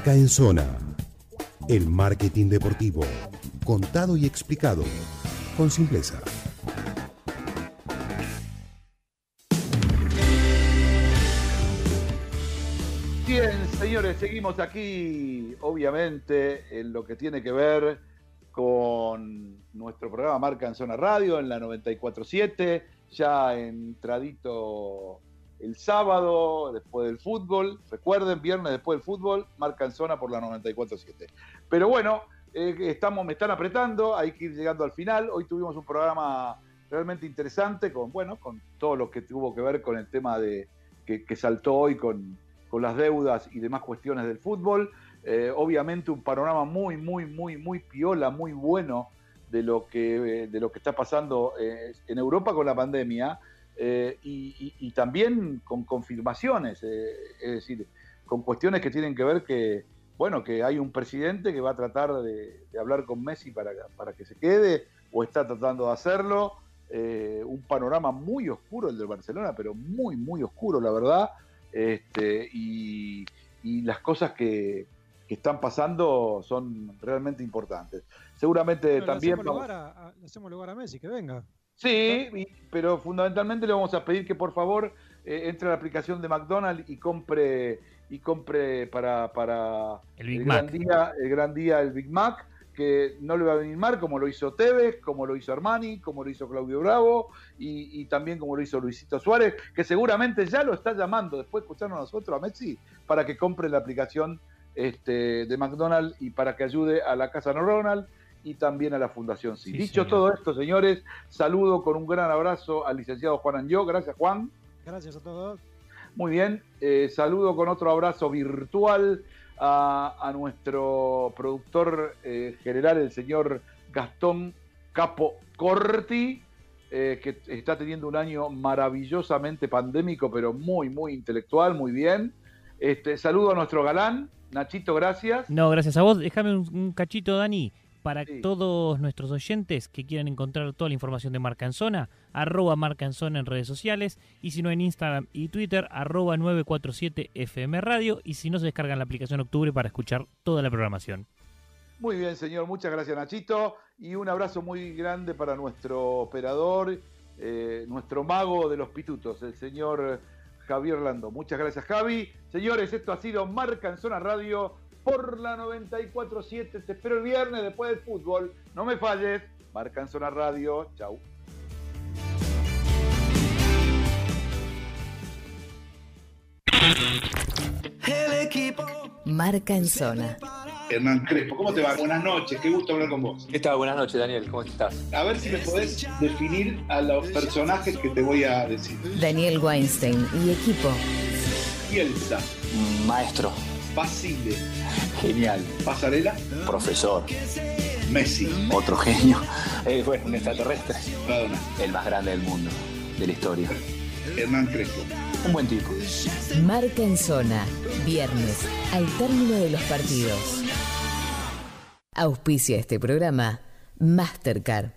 Marca en Zona. El marketing deportivo, contado y explicado con simpleza. Bien, señores, seguimos aquí, obviamente, en lo que tiene que ver con nuestro programa Marca en Zona Radio, en la 94.7, ya entradito el sábado, después del fútbol. Recuerden, viernes después del fútbol, Marca en Zona por la 94.7. Pero bueno, me están apretando, hay que ir llegando al final. Hoy tuvimos un programa realmente interesante con todo lo que tuvo que ver con el tema de que saltó hoy con las deudas y demás cuestiones del fútbol. Obviamente un panorama muy piola, muy bueno de lo que está pasando en Europa con la pandemia, y también con confirmaciones, es decir, con cuestiones que tienen que ver que hay un presidente que va a tratar de hablar con Messi para que se quede, o está tratando de hacerlo. Un panorama muy oscuro el de Barcelona, pero muy oscuro, la verdad. Y las cosas que están pasando son realmente importantes. Seguramente también... Le hacemos lugar a Messi, que venga. Sí, pero fundamentalmente le vamos a pedir que por favor entre a la aplicación de McDonald's y compre para el gran día el Big Mac, que no le va a venir mal, como lo hizo Tevez, como lo hizo Armani, como lo hizo Claudio Bravo y también como lo hizo Luisito Suárez, que seguramente ya lo está llamando después de escucharnos a nosotros, a Messi, para que compre la aplicación de McDonald's y para que ayude a la Casa No Ronald y también a la Fundación Sí. Dicho señor. Todo esto, señores, saludo con un gran abrazo al licenciado Juan Angió. Gracias, Juan. Gracias a todos. Muy bien, saludo con otro abrazo virtual a nuestro productor general, el señor Gastón Capo Corti, que está teniendo un año maravillosamente pandémico, pero muy intelectual, muy bien. Saludo a nuestro galán, Nachito, gracias. No, gracias a vos. Déjame un cachito, Dani. Para todos nuestros oyentes que quieran encontrar toda la información de Marca en Zona, @Marca en Zona en redes sociales, y si no en Instagram y Twitter, @947 FM Radio, y si no se descargan la aplicación Octubre para escuchar toda la programación. Muy bien, señor, muchas gracias, Nachito, y un abrazo muy grande para nuestro operador, nuestro mago de los pitutos, el señor Javier Lando. Muchas gracias, Javi. Señores, esto ha sido Marca en Zona Radio por la 94.7. Te espero el viernes después del fútbol. No me falles. Marca en Zona Radio. Chau. El equipo Marca en Zona. Hernán Crespo, ¿cómo te va? Buenas noches, qué gusto hablar con vos. ¿Qué tal? Buenas noches, Daniel, ¿cómo estás? A ver si me podés definir a los personajes que te voy a decir. Daniel Weinstein y equipo. Bielsa. Maestro. Basile. Genial. Pasarela. Profesor. Messi. Otro genio. Bueno, un extraterrestre. Maradona. El más grande del mundo, de la historia. Hernán Crespo. Un buen tipo. Marca en Zona, viernes, al término de los partidos. Auspicia este programa Mastercard.